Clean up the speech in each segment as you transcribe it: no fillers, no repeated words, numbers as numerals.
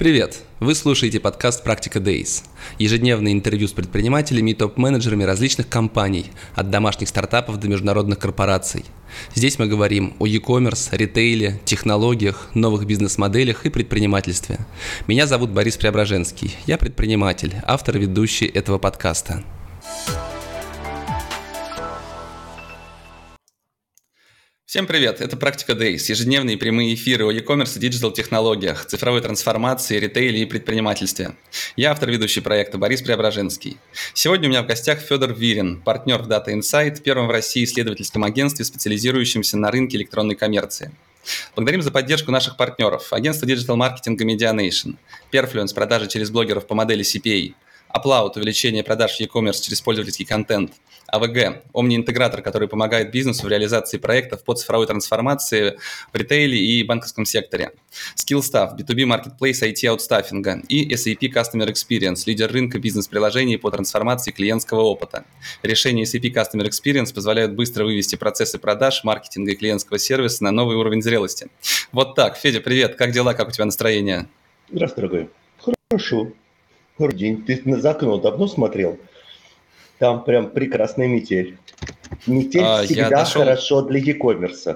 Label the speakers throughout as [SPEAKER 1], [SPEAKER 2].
[SPEAKER 1] Привет! Вы слушаете подкаст «Практика Days». Ежедневное интервью с предпринимателями и топ-менеджерами различных компаний, от домашних стартапов до международных корпораций. Здесь мы говорим о e-commerce, ритейле, технологиях, новых бизнес-моделях и предпринимательстве. Меня зовут Борис Преображенский. Я предприниматель, автор и ведущий этого подкаста. Всем привет! Это «Практика Days», ежедневные прямые эфиры о e-commerce и диджитал-технологиях, цифровой трансформации, ритейле и предпринимательстве. Я автор ведущий проекта Борис Преображенский. Сегодня у меня в гостях Федор Вирин, партнер в Data Insight, первом в России исследовательском агентстве, специализирующемся на рынке электронной коммерции. Благодарим за поддержку наших партнеров: агентство диджитал-маркетинга Medianation, Perfluence, продажи через блогеров по модели CPA, Upload, увеличение продаж в e-commerce через пользовательский контент, АВГ, Omni-интегратор, который помогает бизнесу в реализации проектов по цифровой трансформации в ритейле и банковском секторе, Skillstaff, B2B Marketplace IT-аутстаффинга и SAP Customer Experience, лидер рынка бизнес-приложений по трансформации клиентского опыта. Решения SAP Customer Experience позволяют быстро вывести процессы продаж, маркетинга и клиентского сервиса на новый уровень зрелости. Вот так. Федя, привет. Как дела? Как у тебя настроение?
[SPEAKER 2] Здравствуй, дорогой. Хорошо. Добрый день. Ты за окно давно смотрел? Там прям прекрасная метель. Метель всегда хорошо для e-commerce.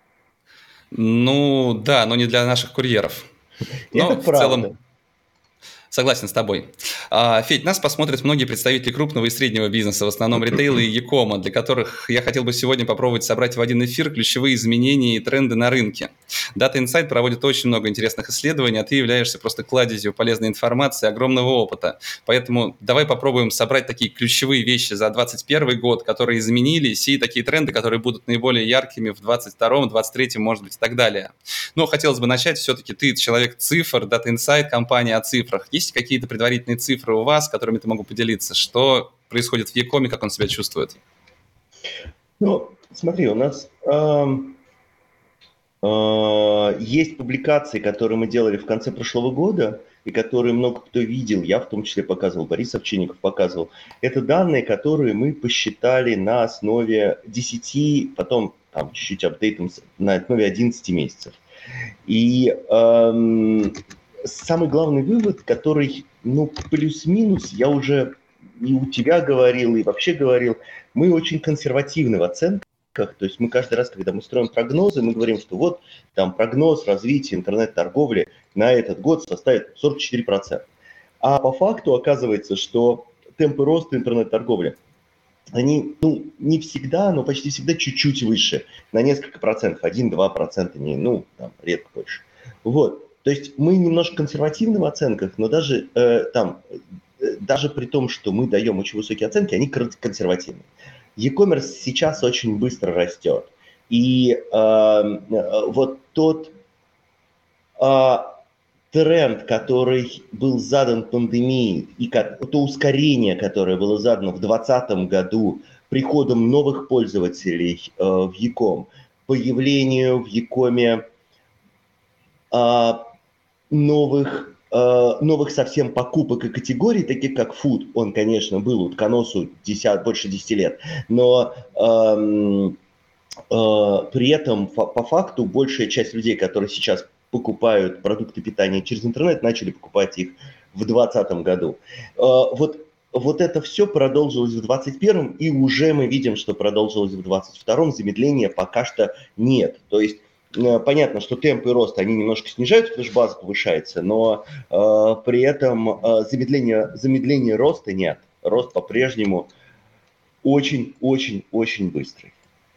[SPEAKER 1] Ну да, но не для наших курьеров.
[SPEAKER 2] Но это правда. В целом
[SPEAKER 1] согласен с тобой. Федь, нас посмотрят многие представители крупного и среднего бизнеса, в основном ритейла и e-кома, для которых я хотел бы сегодня попробовать собрать в один эфир ключевые изменения и тренды на рынке. Data Insight проводит очень много интересных исследований, а ты являешься просто кладезью полезной информации, огромного опыта. Поэтому давай попробуем собрать такие ключевые вещи за 2021 год, которые изменились, и такие тренды, которые будут наиболее яркими в 2022, 2023, может быть, и так далее. Но хотелось бы начать. Все-таки ты человек цифр, Data Insight, компания о цифрах. Есть какие-то предварительные цифры у вас, которыми ты могу поделиться? Что происходит в e-коме, как он себя чувствует?
[SPEAKER 2] Ну, смотри, у нас есть публикации, которые мы делали в конце прошлого года, и которые много кто видел, я в том числе показывал, Борис Овчинников показывал. Это данные, которые мы посчитали на основе 10, потом там чуть-чуть апдейтом, на основе 11 месяцев. И самый главный вывод, который, плюс-минус, я уже и у тебя говорил, и вообще говорил, мы очень консервативны в оценках. То есть мы каждый раз, когда мы строим прогнозы, мы говорим, что вот там прогноз развития интернет-торговли на этот год составит 44%. А по факту оказывается, что темпы роста интернет-торговли, они, не всегда, но почти всегда чуть-чуть выше, на несколько процентов, 1-2%, редко больше. Вот. То есть мы немножко консервативны в оценках, но даже даже при том, что мы даем очень высокие оценки, они консервативны. E-commerce сейчас очень быстро растет. И вот тот тренд, который был задан пандемией, и то ускорение, которое было задано в 2020 году приходом новых пользователей в e-com, появлению в e-коме новых совсем покупок и категорий, таких как food, он, конечно, был утконосу больше 10 лет, но при этом по факту большая часть людей, которые сейчас покупают продукты питания через интернет, начали покупать их в 2020 году. Вот это все продолжилось в 2021, и уже мы видим, что продолжилось в 2022, замедления пока что нет. То есть понятно, что темпы роста, они немножко снижаются, потому что база повышается, но при этом замедления роста нет. Рост по-прежнему очень-очень-очень быстрый.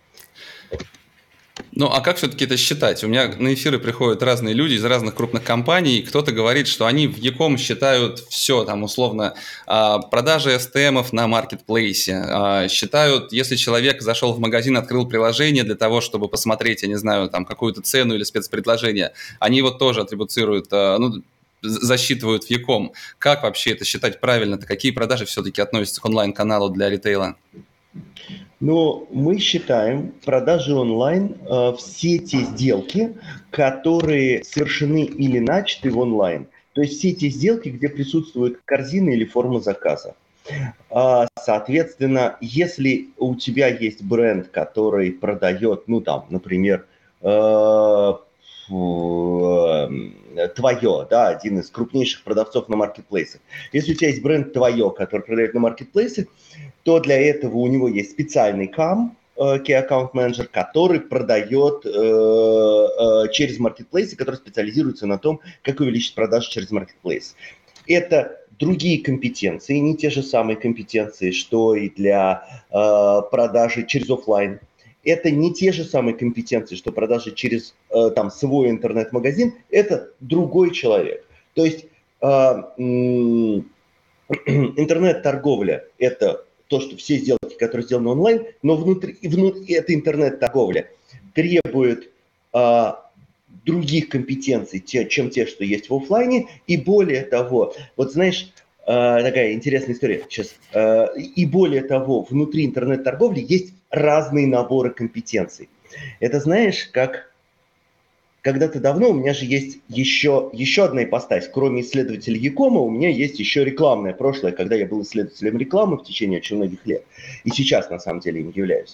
[SPEAKER 1] Ну, а как все-таки это считать? У меня на эфиры приходят разные люди из разных крупных компаний. Кто-то говорит, что они в e-com считают все, там, условно, продажи STM-ов на маркетплейсе. Считают, если человек зашел в магазин, открыл приложение для того, чтобы посмотреть, я не знаю, там, какую-то цену или спецпредложение, они его тоже атрибуцируют, засчитывают в e-com. Как вообще это считать правильно-то? Какие продажи все-таки относятся к онлайн-каналу для ритейла?
[SPEAKER 2] Но мы считаем продажи онлайн все те сделки, которые совершены или начаты в онлайн. То есть все те сделки, где присутствует корзина или форма заказа. Соответственно, если у тебя есть бренд, который продает, например, твое, да, один из крупнейших продавцов на маркетплейсах. Если у тебя есть бренд твое, который продает на маркетплейсах, то для этого у него есть специальный CAM, Key Account Manager, который продает через маркетплейсы, который специализируется на том, как увеличить продажи через маркетплейс. Это другие компетенции, не те же самые компетенции, что и для продажи через офлайн. Это не те же самые компетенции, что продажи через там, свой интернет-магазин. Это другой человек. То есть интернет-торговля – это то, что все сделки, которые сделаны онлайн, но внутри эта интернет-торговля требует других компетенций, чем те, что есть в офлайне. И более того, вот знаешь, такая интересная история сейчас. И более того, внутри интернет-торговли есть разные наборы компетенций. Это знаешь, как когда-то давно у меня же есть еще одна ипостась. Кроме исследователя Якома, у меня есть еще рекламное прошлое, когда я был исследователем рекламы в течение очень многих лет. И сейчас, на самом деле, им являюсь.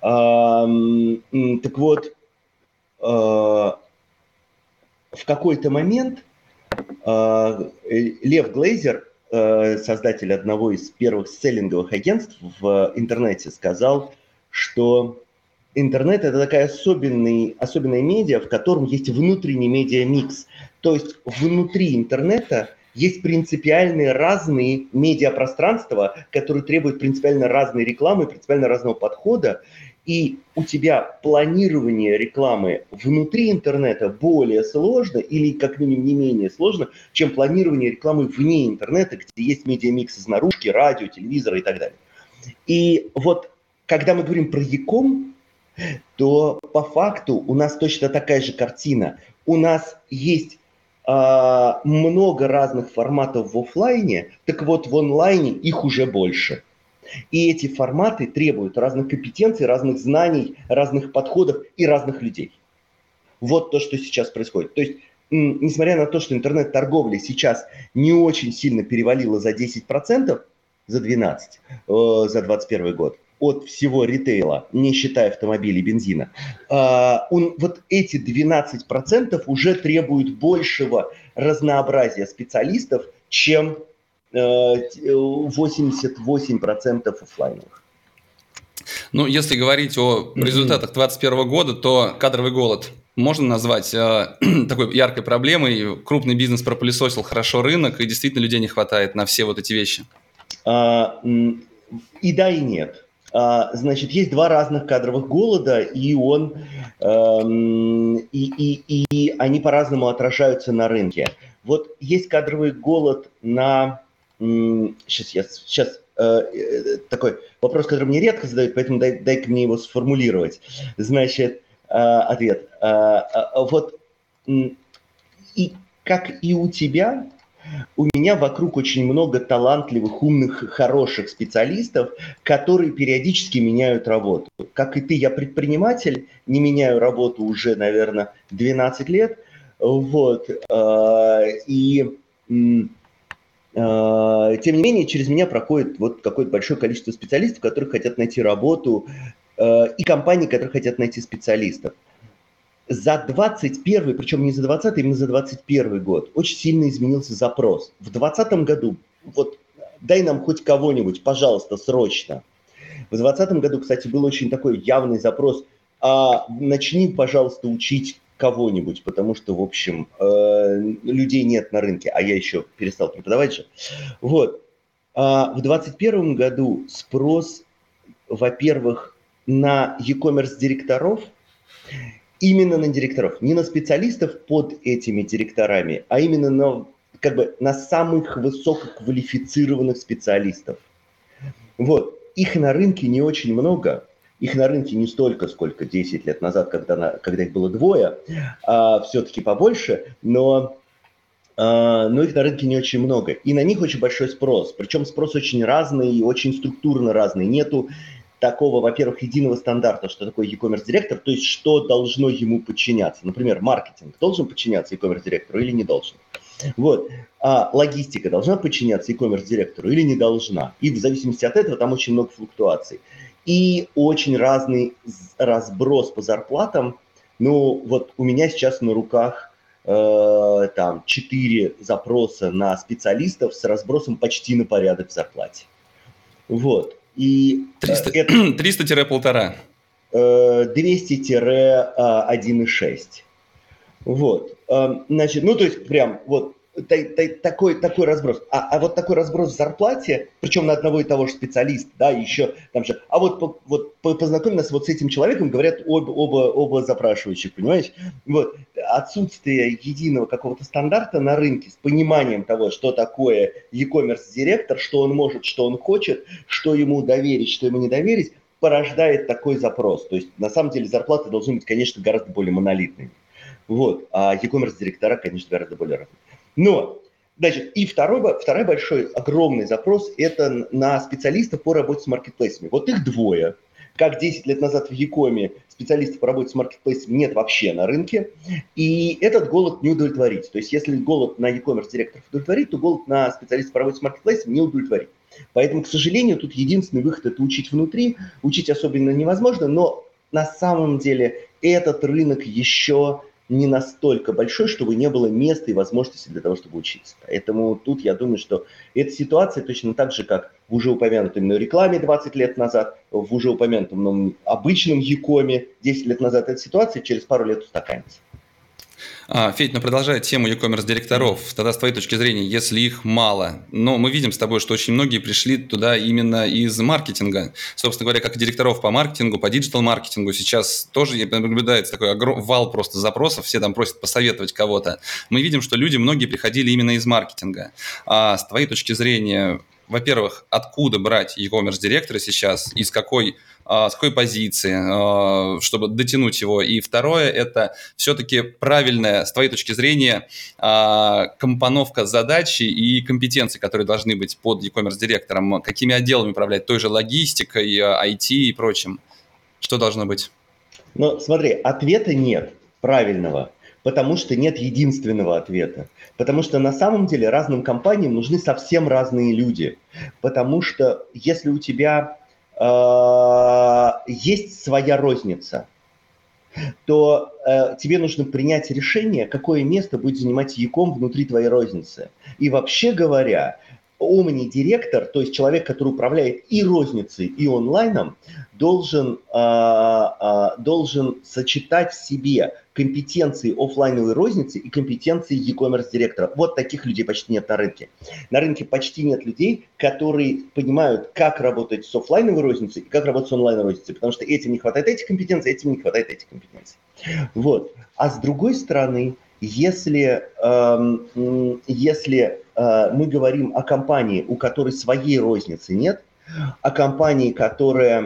[SPEAKER 2] Так вот, в какой-то момент Лев Глейзер, создатель одного из первых селлинговых агентств в интернете, сказал, что интернет – это такая особенная медиа, в котором есть внутренний медиамикс. То есть внутри интернета есть принципиально разные медиапространства, которые требуют принципиально разной рекламы, принципиально разного подхода. И у тебя планирование рекламы внутри интернета более сложно или как минимум не менее сложно, чем планирование рекламы вне интернета, где есть медиамикс из наружки, радио, телевизора и так далее. И вот когда мы говорим про e-com, то по факту у нас точно такая же картина. У нас есть много разных форматов в офлайне, так вот в онлайне их уже больше. И эти форматы требуют разных компетенций, разных знаний, разных подходов и разных людей. Вот то, что сейчас происходит. То есть, несмотря на то, что интернет-торговля сейчас не очень сильно перевалила за 10%, за 12%, за 2021 год, от всего ритейла, не считая автомобилей и бензина, вот эти 12% уже требуют большего разнообразия специалистов, чем 88% офлайновых.
[SPEAKER 1] Ну, если говорить о результатах 2021 года, то кадровый голод можно назвать такой яркой проблемой. Крупный бизнес пропылесосил хорошо рынок, и действительно людей не хватает на все вот эти вещи.
[SPEAKER 2] И да, и нет. Значит, есть два разных кадровых голода, и они по-разному отражаются на рынке. Вот есть кадровый голод на... Сейчас такой вопрос, который мне редко задают, поэтому дай-ка мне его сформулировать. Значит, ответ. Вот и как и у тебя, у меня вокруг очень много талантливых, умных, хороших специалистов, которые периодически меняют работу. Как и ты, я предприниматель, не меняю работу уже, наверное, 12 лет. Вот. Тем не менее, через меня проходит вот какое-то большое количество специалистов, которые хотят найти работу, и компаний, которые хотят найти специалистов. За 21, причем не за 20, именно за 21 год, очень сильно изменился запрос. В 2020 году, вот дай нам хоть кого-нибудь, пожалуйста, срочно. В 2020 году, кстати, был очень такой явный запрос, начни, пожалуйста, учить кого-нибудь, потому что, в общем, людей нет на рынке, а я еще перестал преподавать же. Вот. В 2021 году спрос, во-первых, на e-commerce директоров, именно на директоров, не на специалистов под этими директорами, а именно на самых высококвалифицированных специалистов. Вот. Их на рынке не очень много. Их на рынке не столько, сколько 10 лет назад, когда их было двое, все-таки побольше, но их на рынке не очень много. И на них очень большой спрос. Причем спрос очень разный и очень структурно разный. Нету такого, во-первых, единого стандарта, что такое e-commerce директор, то есть что должно ему подчиняться. Например, маркетинг должен подчиняться e-commerce директору или не должен. Вот. А логистика должна подчиняться e-commerce директору или не должна. И в зависимости от этого там очень много флуктуаций. И очень разный разброс по зарплатам Ну, вот у меня сейчас на руках там 4 запроса на специалистов с разбросом почти на порядок в зарплате. Вот. И
[SPEAKER 1] 300,
[SPEAKER 2] это
[SPEAKER 1] 300-1,5.
[SPEAKER 2] 200-1,6. Вот. Значит, ну, то есть, прям вот такой разброс. А вот такой разброс в зарплате, причем на одного и того же специалиста, да, еще там же, а вот познакомь нас вот с этим человеком, говорят оба запрашивающих, понимаешь? Вот. Отсутствие единого какого-то стандарта на рынке с пониманием того, что такое e-commerce директор, что он может, что он хочет, что ему доверить, что ему не доверить, порождает такой запрос. То есть, на самом деле, зарплаты должны быть, конечно, гораздо более монолитными. Вот. А e-commerce директора, конечно, гораздо более разные. Но, значит, и второй большой, огромный запрос – это на специалистов по работе с маркетплейсами. Вот их двое. Как 10 лет назад в Якоме специалистов по работе с маркетплейсами нет вообще на рынке. И этот голод не удовлетворить. То есть, если голод на e-commerce директоров удовлетворить, то голод на специалистов по работе с маркетплейсами не удовлетворить. Поэтому, к сожалению, тут единственный выход – это учить внутри. Учить особенно невозможно, но на самом деле этот рынок еще не настолько большой, чтобы не было места и возможности для того, чтобы учиться. Поэтому тут я думаю, что эта ситуация точно так же, как в уже упомянутой мной рекламе 20 лет назад, в уже упомянутом обычном Якоме 10 лет назад, эта ситуация через пару лет устаканится.
[SPEAKER 1] Федь, продолжая тему e-commerce директоров, тогда с твоей точки зрения, если их мало, но мы видим с тобой, что очень многие пришли туда именно из маркетинга. Собственно говоря, как и директоров по маркетингу, по диджитал-маркетингу сейчас тоже наблюдается такой вал просто запросов, все там просят посоветовать кого-то. Мы видим, что люди, многие приходили именно из маркетинга. А с твоей точки зрения, во-первых, откуда брать e-commerce директора сейчас, с какой позиции, чтобы дотянуть его. И второе, это все-таки правильная, с твоей точки зрения, компоновка задачи и компетенций, которые должны быть под e-commerce директором. Какими отделами управлять? Той же логистикой, IT и прочим. Что должно быть?
[SPEAKER 2] Но смотри, ответа нет правильного, потому что нет единственного ответа. Потому что на самом деле разным компаниям нужны совсем разные люди. Потому что если у тебя есть своя розница, то тебе нужно принять решение, какое место будет занимать e-com внутри твоей розницы. И вообще говоря, омни-директор, то есть человек, который управляет и розницей, и онлайном, должен сочетать в себе компетенции офлайновой розницы и компетенции e-commerce директора. Вот таких людей почти нет на рынке. На рынке почти нет людей, которые понимают, как работать с офлайновой розницей и как работать с онлайн розницей, потому что этим не хватает этих компетенций, этим не хватает этих компетенций. Вот. А с другой стороны, если мы говорим о компании, у которой своей розницы нет, о компании, которая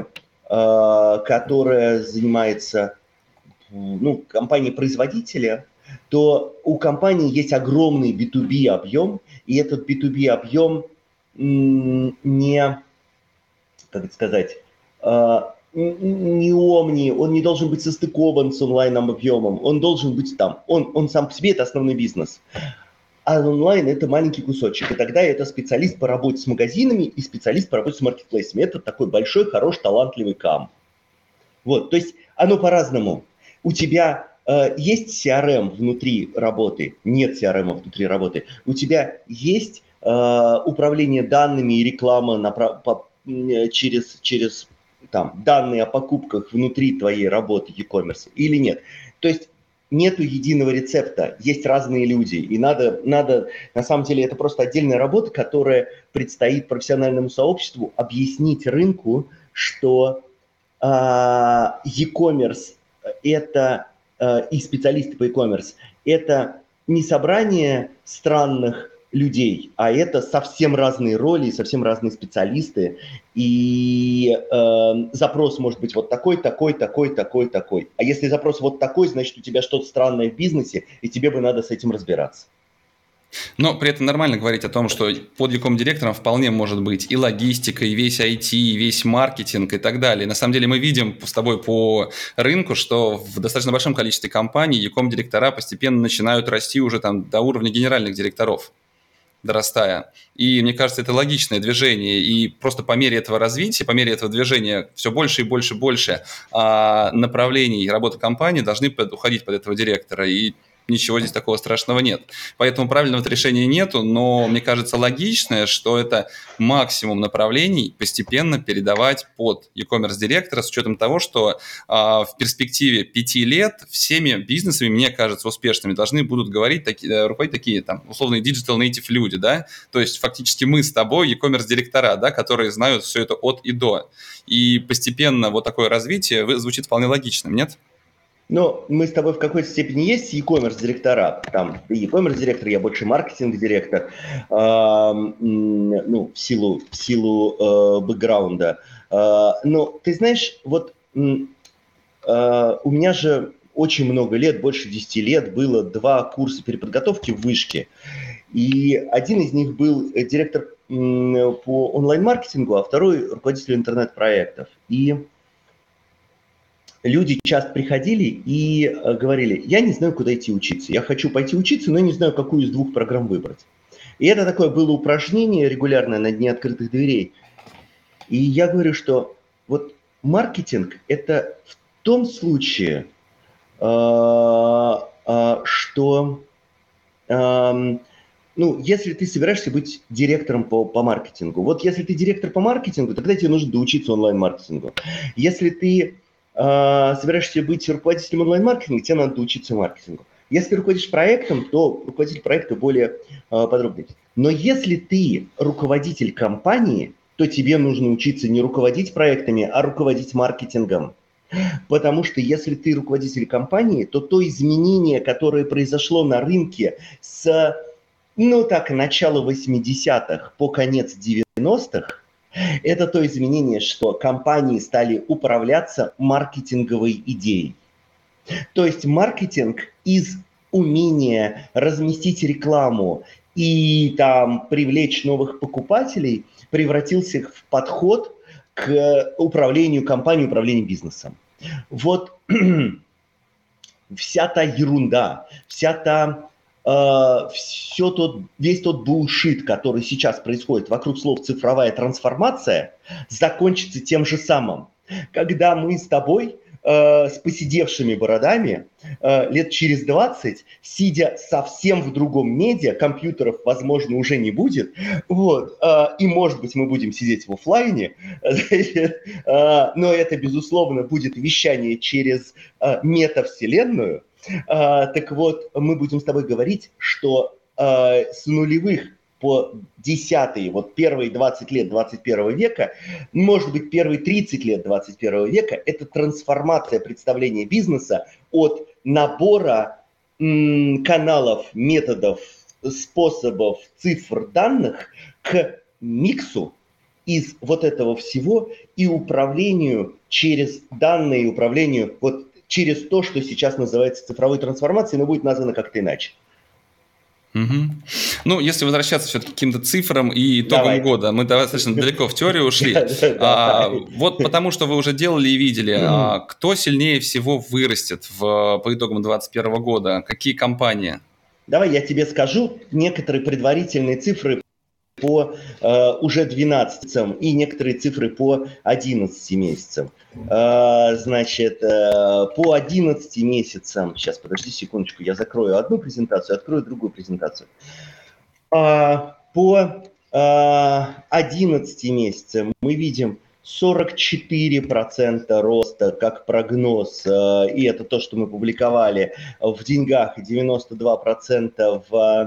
[SPEAKER 2] занимается, компанией-производителя, то у компании есть огромный B2B объем, и этот B2B объем не омни, он не должен быть состыкован с онлайном объемом, он должен быть там, он сам по себе это основной бизнес. А онлайн это маленький кусочек, и тогда это специалист по работе с магазинами и специалист по работе с маркетплейсами. Это такой большой, хороший, талантливый кам. Вот, то есть оно по-разному. У тебя есть CRM внутри работы? Нет CRM внутри работы. У тебя есть управление данными и реклама через данные о покупках внутри твоей работы e-commerce или нет? То есть нету единого рецепта, есть разные люди, и надо, на самом деле, это просто отдельная работа, которая предстоит профессиональному сообществу объяснить рынку, что e-commerce это и специалисты по e-commerce это не собрание странных людей, а это совсем разные роли, совсем разные специалисты, и запрос может быть вот такой. А если запрос вот такой, значит у тебя что-то странное в бизнесе, и тебе бы надо с этим разбираться.
[SPEAKER 1] Но при этом нормально говорить о том, что под e-com-директором вполне может быть и логистика, и весь IT, и весь маркетинг и так далее. На самом деле мы видим с тобой по рынку, что в достаточно большом количестве компаний e-com-директора постепенно начинают расти уже там до уровня генеральных директоров. дорастая. И мне кажется, это логичное движение. И просто по мере этого развития, по мере этого движения все больше и больше и больше направлений работы компании должны уходить под этого директора. И ничего здесь такого страшного нет. Поэтому правильного решения нету, но мне кажется логичное, что это максимум направлений постепенно передавать под e-commerce директора с учетом того, что в перспективе 5 лет всеми бизнесами, мне кажется, успешными должны будут руководить такие там условные digital native люди, да, то есть фактически мы с тобой e-commerce директора, да, которые знают все это от и до. И постепенно вот такое развитие звучит вполне логичным, нет?
[SPEAKER 2] Но мы с тобой в какой-то степени есть e-commerce директора. Там ты e-commerce директор, я больше маркетинг директор. Ну, в силу бэкграунда. Но ты знаешь, вот у меня же очень много лет, больше 10 лет, было 2 курса переподготовки в вышке. И один из них был директор по онлайн-маркетингу, а второй руководитель интернет-проектов. И люди часто приходили и говорили: я не знаю, куда идти учиться. Я хочу пойти учиться, но не знаю, какую из 2 программ выбрать. И это такое было упражнение регулярное на Дне открытых дверей. И я говорю, что вот маркетинг – это в том случае, что, если ты собираешься быть директором по маркетингу. Вот если ты директор по маркетингу, тогда тебе нужно доучиться онлайн-маркетингу. Если ты собираешься быть руководителем онлайн-маркетинга, тебе надо доучиться маркетингу. Если ты руководишь проектом, то руководитель проекта более подробный. Но если ты руководитель компании, то тебе нужно учиться не руководить проектами, а руководить маркетингом. Потому что если ты руководитель компании, то изменение, которое произошло на рынке с, начала 80-х по конец 90-х, это то изменение, что компании стали управляться маркетинговой идеей. То есть маркетинг из умения разместить рекламу и там привлечь новых покупателей превратился в подход к управлению компанией, управлению бизнесом. Вот вся та ерунда, весь тот булшит, который сейчас происходит вокруг слов «цифровая трансформация», закончится тем же самым. Когда мы с тобой с поседевшими бородами лет через 20, сидя совсем в другом медиа, компьютеров, возможно, уже не будет, и, может быть, мы будем сидеть в офлайне, но это, безусловно, будет вещание через метавселенную. Так вот, мы будем с тобой говорить, что с нулевых по десятые, первые 20 лет 21 века, может быть, первые 30 лет 21 века, это трансформация представления бизнеса от набора каналов, методов, способов, цифр, данных к миксу из вот этого всего и управлению через данные, управлению через то, что сейчас называется цифровой трансформацией, но будет названо как-то иначе.
[SPEAKER 1] Угу. Если возвращаться все-таки к каким-то цифрам и итогам года, мы достаточно далеко в теорию ушли. Вот потому что вы уже делали и видели, кто сильнее всего вырастет по итогам 2021 года? Какие компании?
[SPEAKER 2] Давай я тебе скажу некоторые предварительные цифры по уже 12 месяцам и некоторые цифры по 11 месяцам. Значит, по 11 месяцам, сейчас, подожди секундочку, я закрою одну презентацию, открою другую презентацию. По 11 месяцам мы видим 44% роста как прогноз, и это то, что мы публиковали в деньгах, и 92%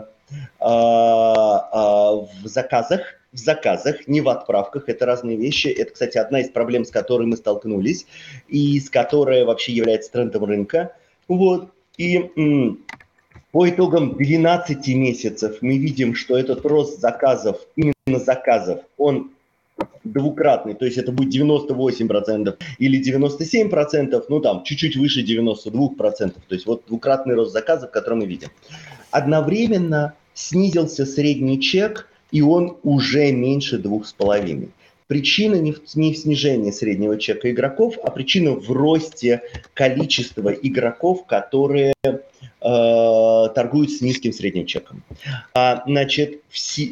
[SPEAKER 2] в заказах, не в отправках, это разные вещи. Это, кстати, одна из проблем, с которой мы столкнулись, и с которой вообще является трендом рынка. И по итогам 12 месяцев мы видим, что этот рост заказов, именно заказов, он двукратный, то есть это будет 98% или 97%, чуть-чуть выше 92%, то есть двукратный рост заказов, который мы видим. Одновременно снизился средний чек, и он уже меньше 2,5. Причина не в снижении среднего чека игроков, а причина в росте количества игроков, которые торгуют с низким средним чеком. Значит,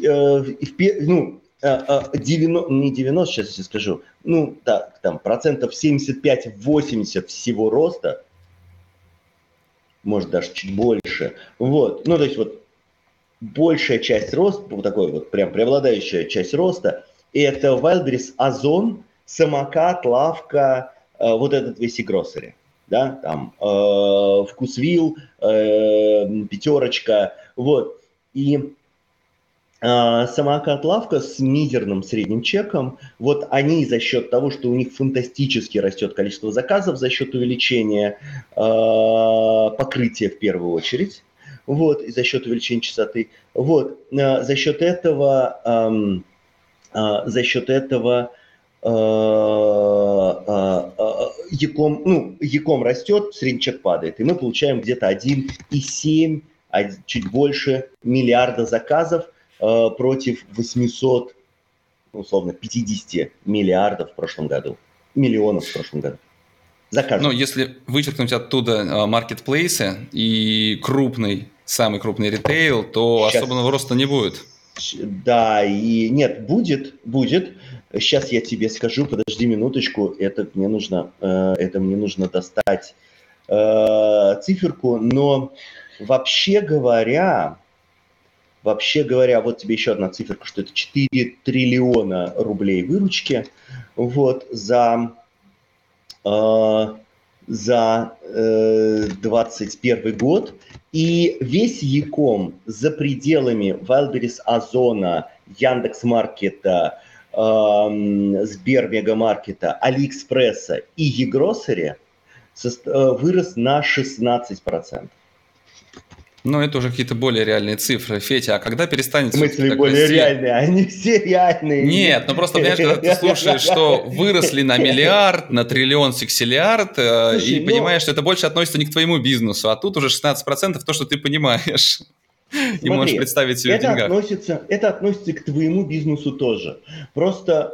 [SPEAKER 2] не 90, сейчас я скажу, там процентов 75-80 всего роста, может даже чуть больше. Вот, то есть вот большая часть роста, вот такой вот прям преобладающая часть роста, это Wildberries, Озон, самокат, лавка, вот этот весь e-grocery. Да, там Вкусвилл, Пятерочка, вот. И самокат, лавка с мизерным средним чеком, вот они за счет того, что у них фантастически растет количество заказов, за счет увеличения покрытия в первую очередь, вот, и за счет увеличения частоты, вот, за счет этого Яком растет, средний чек падает, и мы получаем где-то 1,7, чуть больше миллиарда заказов против 800, условно, 50 миллиардов в прошлом году, миллионов в прошлом году.
[SPEAKER 1] Заказов. Если вычеркнуть оттуда маркетплейсы и самый крупный ритейл, то особенного роста не будет.
[SPEAKER 2] Да, и нет, будет. Сейчас я тебе скажу, подожди минуточку, это мне нужно достать циферку, но вообще говоря, вот тебе еще одна циферка, что это 4 триллиона рублей выручки, вот, за 2021 год. И весь Яком за пределами Wildberries, Озона, Яндекс.Маркета, Сбермегамаркета, Алиэкспресса и e-grocery вырос на 16%.
[SPEAKER 1] Это уже какие-то более реальные цифры. Федя, а когда перестанет...
[SPEAKER 2] В смысле более реальные? Они все реальные.
[SPEAKER 1] Нет, просто, понимаешь, когда ты слушаешь, что выросли на миллиард, на триллион сексиллиард, и понимаешь, что это больше относится не к твоему бизнесу, а тут уже 16% то, что ты понимаешь. Смотри, и можешь представить себе в деньгах.
[SPEAKER 2] Это относится к твоему бизнесу тоже. Просто,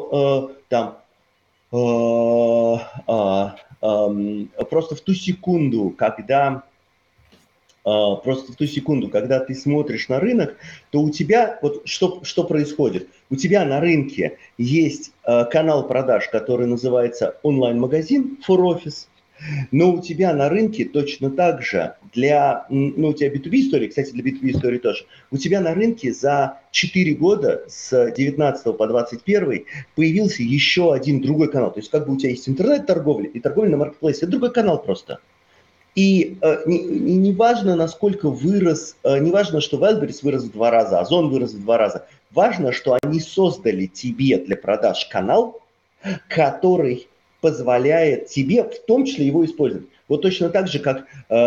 [SPEAKER 2] просто в ту секунду, когда ты смотришь на рынок, то у тебя, вот что происходит? У тебя на рынке есть канал продаж, который называется онлайн-магазин for Office, но у тебя на рынке точно так же у тебя B2B история, кстати, для B2B истории тоже, у тебя на рынке за 4 года с 19 по 21 появился еще один другой канал. То есть как бы у тебя есть интернет-торговля и торговля на маркетплейсе, это другой канал просто. И не важно, насколько вырос, не важно, что Wildberries вырос в 2 раза, Озон вырос в 2 раза. Важно, что они создали тебе для продаж канал, который позволяет тебе в том числе его использовать. Вот точно так же, как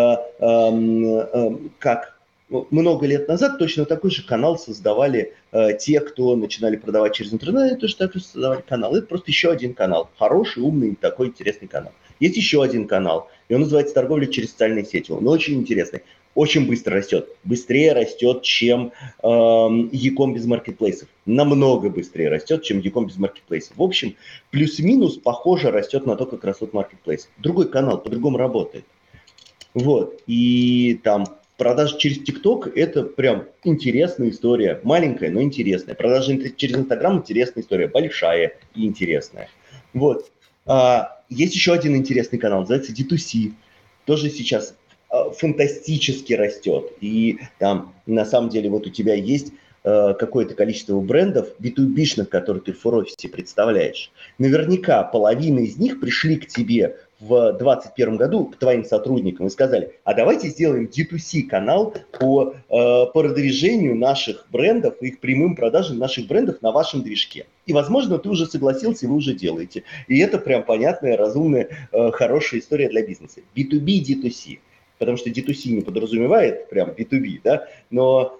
[SPEAKER 2] много лет назад, точно такой же канал создавали те, кто начинали продавать через интернет, точно так же создавали канал. Это просто еще один канал. Хороший, умный, такой интересный канал. Есть еще один канал, и он называется «Торговля через социальные сети». Он очень интересный, очень быстро растет. Быстрее растет, чем Яком без маркетплейсов. Намного быстрее растет, чем Яком без маркетплейсов. В общем, плюс-минус похоже растет на то, как растут маркетплейсы. Другой канал по-другому работает. Вот. И там продажи через ТикТок – это прям интересная история. Маленькая, но интересная. Продажи через Инстаграм – интересная история. Большая и интересная. Вот. Есть еще один интересный канал, называется D2C. Тоже сейчас фантастически растет. И там на самом деле вот у тебя есть какое-то количество брендов B2B-шных, которые ты в фор-офисе представляешь. Наверняка половина из них пришли к тебе в 2021 году, к твоим сотрудникам, и сказали, а давайте сделаем D2C канал по продвижению наших брендов и их прямым продажам наших брендов на вашем движке. И, возможно, ты уже согласился, и вы уже делаете. И это прям понятная, разумная, хорошая история для бизнеса. B2B, D2C. Потому что D2C не подразумевает прям B2B, да, но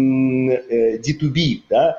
[SPEAKER 2] D2B, да,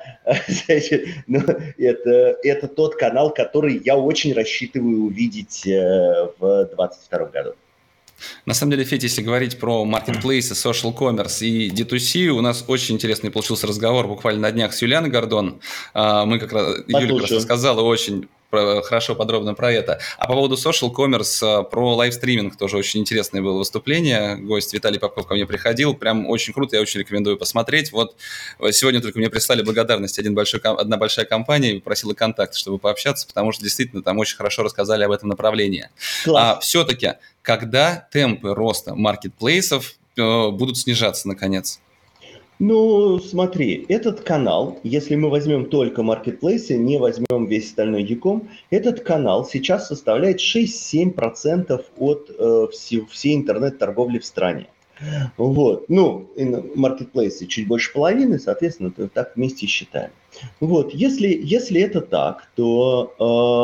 [SPEAKER 2] это тот канал, который я очень рассчитываю увидеть в 2022 году.
[SPEAKER 1] На самом деле, Федь, если говорить про маркетплейсы, social commerce и D2C, у нас очень интересный получился разговор буквально на днях с Юлианой Гордон. Мы как раз, Юля как раз рассказала очень хорошо, подробно про это. А по поводу social commerce, про лайвстриминг тоже очень интересное было выступление. Гость Виталий Попков ко мне приходил. Прям очень круто, я очень рекомендую посмотреть. Вот сегодня только мне прислали благодарность одна большая компания и попросила контакт, чтобы пообщаться, потому что действительно там очень хорошо рассказали об этом направлении.
[SPEAKER 2] Класс.
[SPEAKER 1] А все-таки, когда темпы роста маркетплейсов будут снижаться наконец?
[SPEAKER 2] Ну, смотри, этот канал, если мы возьмем только маркетплейсы, не возьмем весь остальной e-com, этот канал сейчас составляет 6-7% от всей интернет-торговли в стране. Вот. Ну, маркетплейсы чуть больше половины, соответственно, так вместе считаем. Вот. Если это так, то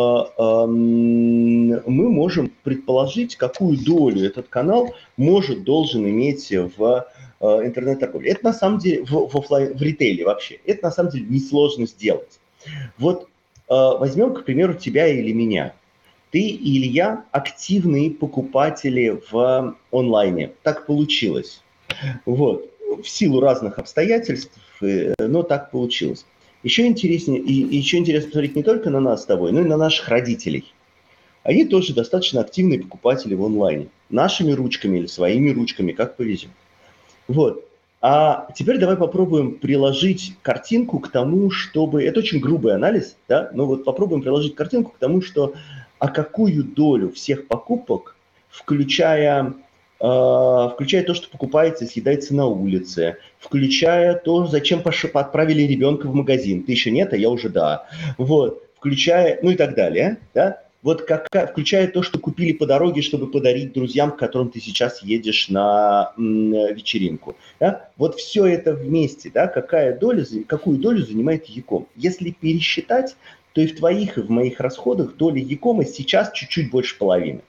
[SPEAKER 2] мы можем предположить, какую долю этот канал должен иметь в интернет-торговле. Это на самом деле в ритейле вообще. Это на самом деле несложно сделать. Вот возьмем, к примеру, тебя или меня. Ты или я активные покупатели в онлайне. Так получилось. Вот. В силу разных обстоятельств, но так получилось. Еще интересно смотреть не только на нас с тобой, но и на наших родителей. Они тоже достаточно активные покупатели в онлайне. Нашими ручками или своими ручками, как повезет. Вот. А теперь давай попробуем приложить картинку к тому, чтобы... Это очень грубый анализ, да? Но вот попробуем приложить картинку к тому, что какую долю всех покупок, включая то, что покупается и съедается на улице, включая то, зачем отправили ребенка в магазин. Ты еще нет, а я уже да. Вот. Включая, ну и так далее, да? Вот включая то, что купили по дороге, чтобы подарить друзьям, к которым ты сейчас едешь на вечеринку. Да? Вот все это вместе, да, какую долю занимает e-com. Если пересчитать, то и в твоих, и в моих расходах доля e-com сейчас чуть-чуть больше половины.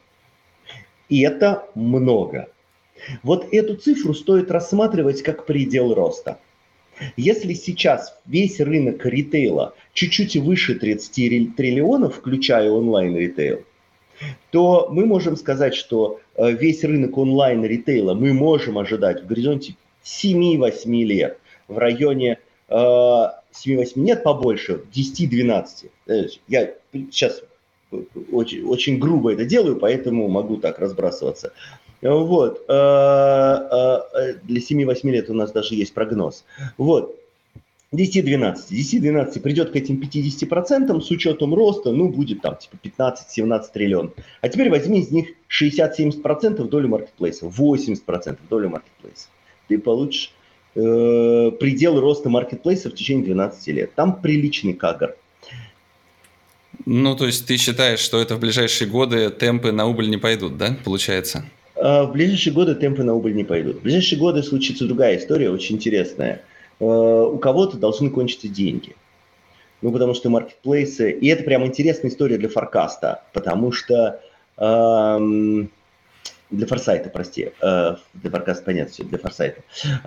[SPEAKER 2] И это много. Вот эту цифру стоит рассматривать как предел роста. Если сейчас весь рынок ритейла чуть-чуть выше 30 триллионов, включая онлайн-ритейл, то мы можем сказать, что весь рынок онлайн-ритейла мы можем ожидать в горизонте 7-8 лет, в районе 7-8, нет, побольше, 10-12. Я сейчас очень грубо это делаю, поэтому могу так разбрасываться. Вот. Для 7-8 лет у нас даже есть прогноз. Вот. 10-12. 10-12 придет к этим 50% с учетом роста, ну, будет там типа 15-17 триллионов. А теперь возьми из них 60-70% долю маркетплейсов, 80% долю маркетплейсов. Ты получишь предел роста маркетплейсов в течение 12 лет. Там приличный кагр.
[SPEAKER 1] Ну, то есть ты считаешь, что это в ближайшие годы темпы на убыль не пойдут, да, получается?
[SPEAKER 2] В ближайшие годы темпы на убыль не пойдут. В ближайшие годы случится другая история, очень интересная. У кого-то должны кончиться деньги. Ну, потому что маркетплейсы... И это прям интересная история для форкаста, потому что... Для форсайта, прости. Для форкаста понятно все, для форсайта.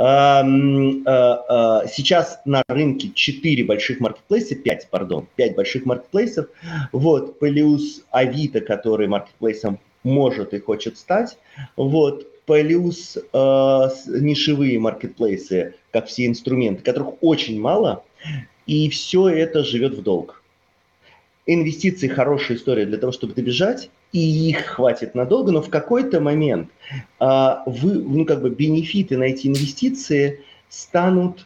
[SPEAKER 2] Сейчас на рынке 4 больших маркетплейса, 5 больших маркетплейсов. Вот, плюс Авито, который маркетплейсом может и хочет стать. Вот, плюс нишевые маркетплейсы, как все инструменты, которых очень мало. И все это живет в долг. Инвестиции – хорошая история для того, чтобы добежать, и их хватит надолго, но в какой-то момент бенефиты на эти инвестиции станут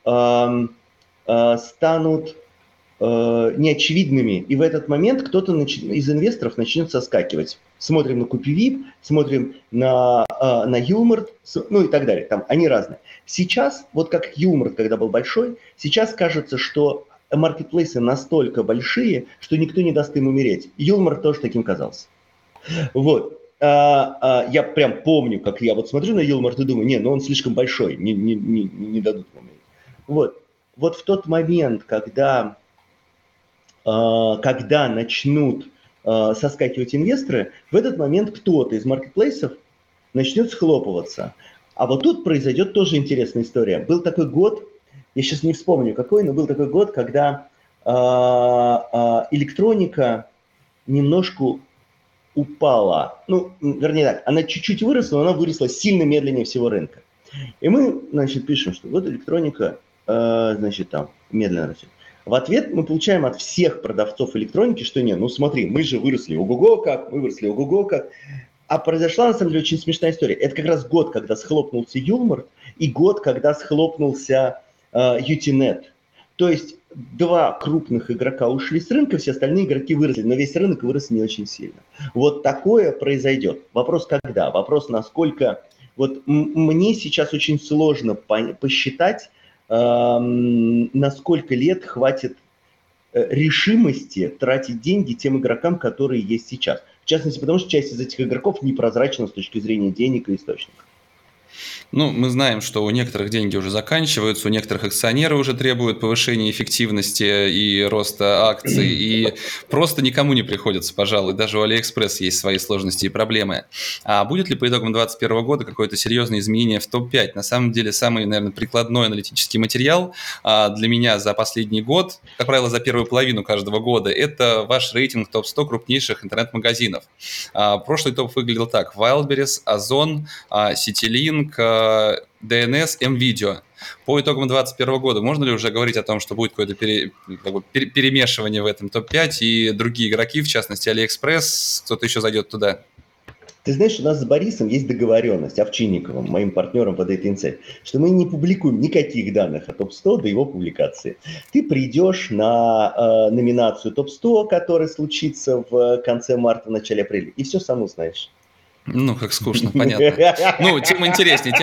[SPEAKER 2] неочевидными, и в этот момент кто-то из инвесторов начнет соскакивать. Смотрим на Купивип, смотрим на Юморт, ну и так далее. Там они разные. Сейчас, вот как Юморт, когда был большой, сейчас кажется, что маркетплейсы настолько большие, что никто не даст им умереть. Юморт тоже таким казался. Вот. Я прям помню, как я вот смотрю на Юморт и думаю, он слишком большой, не дадут ему умереть. Вот в тот момент, когда начнут соскакивать инвесторы, в этот момент кто-то из маркетплейсов начнет схлопываться. А вот тут произойдет тоже интересная история. Был такой год, я сейчас не вспомню какой, но был такой год, когда электроника немножко упала. Ну, вернее так, она чуть-чуть выросла, но она выросла сильно медленнее всего рынка. И мы, пишем, что вот электроника, там медленно растет. В ответ мы получаем от всех продавцов электроники, что не, ну смотри, мы же выросли, ого-го как, мы выросли, ого-го как. А произошла, на самом деле, очень смешная история. Это как раз год, когда схлопнулся Юлмарт, и год, когда схлопнулся Usenet. То есть два крупных игрока ушли с рынка, все остальные игроки выросли, но весь рынок вырос не очень сильно. Вот такое произойдет. Вопрос когда? Вопрос насколько... Вот мне сейчас очень сложно посчитать, на сколько лет хватит решимости тратить деньги тем игрокам, которые есть сейчас. В частности, потому что часть из этих игроков непрозрачна с точки зрения денег и источников.
[SPEAKER 1] Ну, мы знаем, что у некоторых деньги уже заканчиваются, у некоторых акционеры уже требуют повышения эффективности и роста акций, и просто никому не приходится, пожалуй. Даже у AliExpress есть свои сложности и проблемы. А будет ли по итогам 2021 года какое-то серьезное изменение в топ-5? На самом деле, самый, наверное, прикладной аналитический материал для меня за последний год, как правило, за первую половину каждого года, это ваш рейтинг топ-100 крупнейших интернет-магазинов. Прошлый топ выглядел так: Wildberries, Озон, CityLink, DNS, MVideo. По итогам 2021 года можно ли уже говорить о том, что будет какое-то перемешивание в этом топ-5 и другие игроки, в частности AliExpress, кто-то еще зайдет туда?
[SPEAKER 2] Ты знаешь, у нас с Борисом есть договоренность, Овчинниковым, моим партнером по Data Insight, что мы не публикуем никаких данных о топ-100 до его публикации. Ты придешь на номинацию топ-100, которая случится в конце марта, в начале апреля, и все сам узнаешь.
[SPEAKER 1] Ну, как скучно, понятно. Ну, тем интереснее.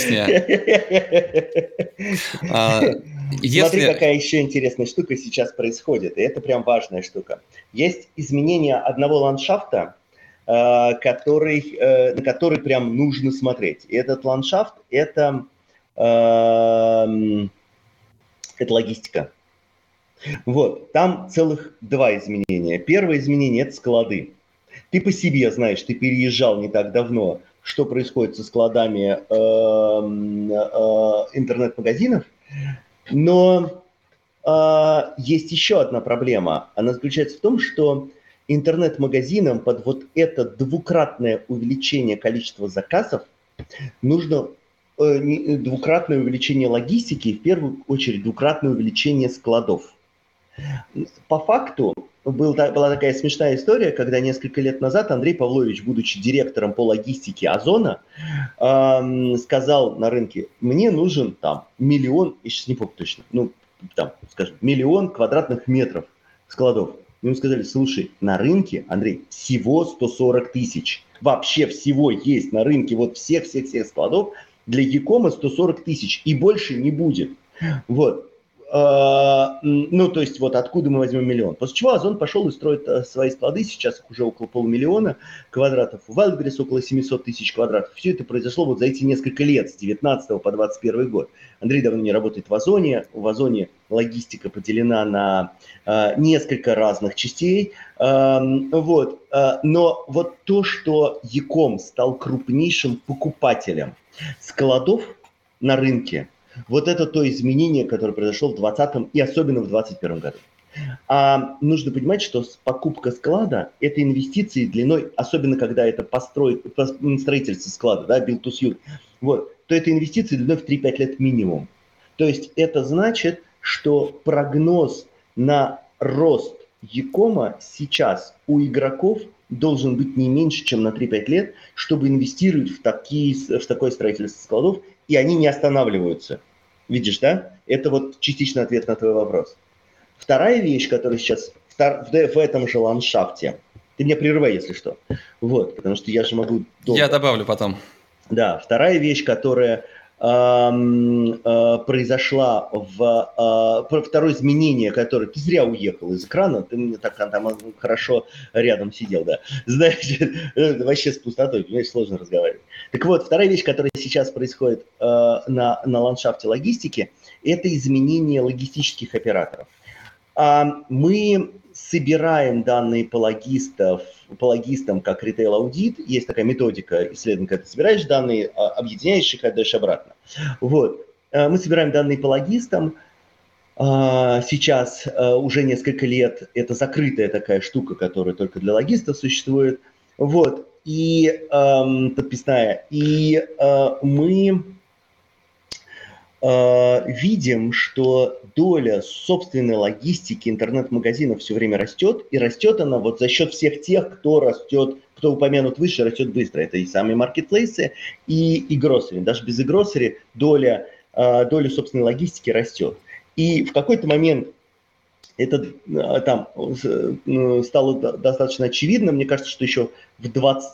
[SPEAKER 2] Смотри, какая еще интересная штука сейчас происходит, и это прям важная штука. Есть изменение одного ландшафта, на который прям нужно смотреть. И этот ландшафт – это логистика. Вот, там целых два изменения. Первое изменение – это склады. Ты по себе знаешь, ты переезжал не так давно, что происходит со складами интернет-магазинов, но есть еще одна проблема. Она заключается в том, что интернет-магазинам под вот это двукратное увеличение количества заказов нужно двукратное увеличение логистики и в первую очередь двукратное увеличение складов. По факту была такая смешная история, когда несколько лет назад Андрей Павлович, будучи директором по логистике Озона, сказал на рынке: мне нужен там 1 миллион, я сейчас не помню точно, ну там, скажем, 1 миллион квадратных метров складов. Ему сказали: слушай, на рынке, Андрей, всего 140 тысяч. Вообще всего есть на рынке, вот всех складов для e-кома 140 тысяч, и больше не будет. Вот. Ну, то есть, вот откуда мы возьмем 1 миллион. После чего Озон пошел и строит свои склады, сейчас их уже около 500 000 квадратов, у Wildberries около 700 тысяч квадратов. Все это произошло вот за эти несколько лет, с 19 по 21 год. Андрей давно не работает в Озоне, в Озоне логистика поделена на несколько разных частей, вот. Но вот то, что e-com стал крупнейшим покупателем складов на рынке, вот это то изменение, которое произошло в 2020 и особенно в 2021 году. Нужно понимать, что покупка склада – это инвестиции длиной, особенно когда это строительство склада, да, build to suit, вот, то это инвестиции длиной в 3-5 лет минимум. То есть это значит, что прогноз на рост e-кома сейчас у игроков должен быть не меньше, чем на 3-5 лет, чтобы инвестировать в такое строительство складов, и они не останавливаются. Видишь, да? Это вот частичный ответ на твой вопрос. Вторая вещь, которая сейчас в этом же ландшафте, ты меня прерывай, если что, вот, потому что я же могу долго.
[SPEAKER 1] Я добавлю потом.
[SPEAKER 2] Да, вторая вещь, которая произошла второе изменение, которое... Ты зря уехал из экрана, ты мне так там хорошо рядом сидел, да. Знаешь, вообще с пустотой, понимаешь, сложно разговаривать. Так вот, вторая вещь, которая сейчас происходит на ландшафте логистики, это изменение логистических операторов. Мы собираем данные по логистам как ритейл-аудит. Есть такая методика исследования, когда ты собираешь данные, объединяешь их, отдаешь обратно. Вот. Мы собираем данные по логистам. Сейчас уже несколько лет это закрытая такая штука, которая только для логистов существует. Вот. И подписная. И мы видим, что доля собственной логистики интернет-магазинов все время растет, и растет она вот за счет всех тех, кто растет, кто упомянут выше, растет быстро. Это и самые маркетплейсы, и гроссери. Даже без гроссери доля собственной логистики растет. И в какой-то момент это там стало достаточно очевидно. Мне кажется, что еще в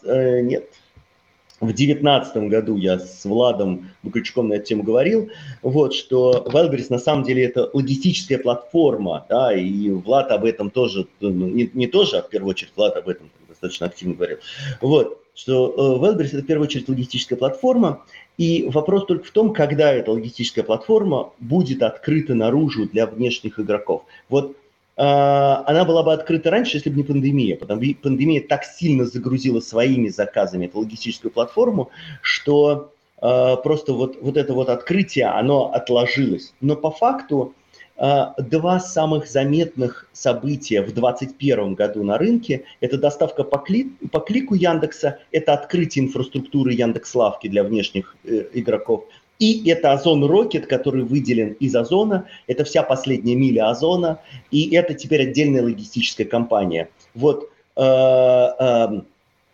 [SPEAKER 2] 2019 году я с Владом Бакальчуком на эту тему говорил, вот, что Wildberries на самом деле это логистическая платформа, да, и Влад об этом тоже, не тоже, а в первую очередь Влад об этом достаточно активно говорил, вот, что Wildberries это в первую очередь логистическая платформа, и вопрос только в том, когда эта логистическая платформа будет открыта наружу для внешних игроков. Вот она была бы открыта раньше, если бы не пандемия, потому что пандемия так сильно загрузила своими заказами эту логистическую платформу, что просто вот это вот открытие, оно отложилось. Но по факту два самых заметных события в 2021 году на рынке – это доставка по клику Яндекса, это открытие инфраструктуры Яндекс.Лавки для внешних игроков, и это Озон Рокет, который выделен из Озона. Это вся последняя миля Озона. И это теперь отдельная логистическая компания. Вот Озон,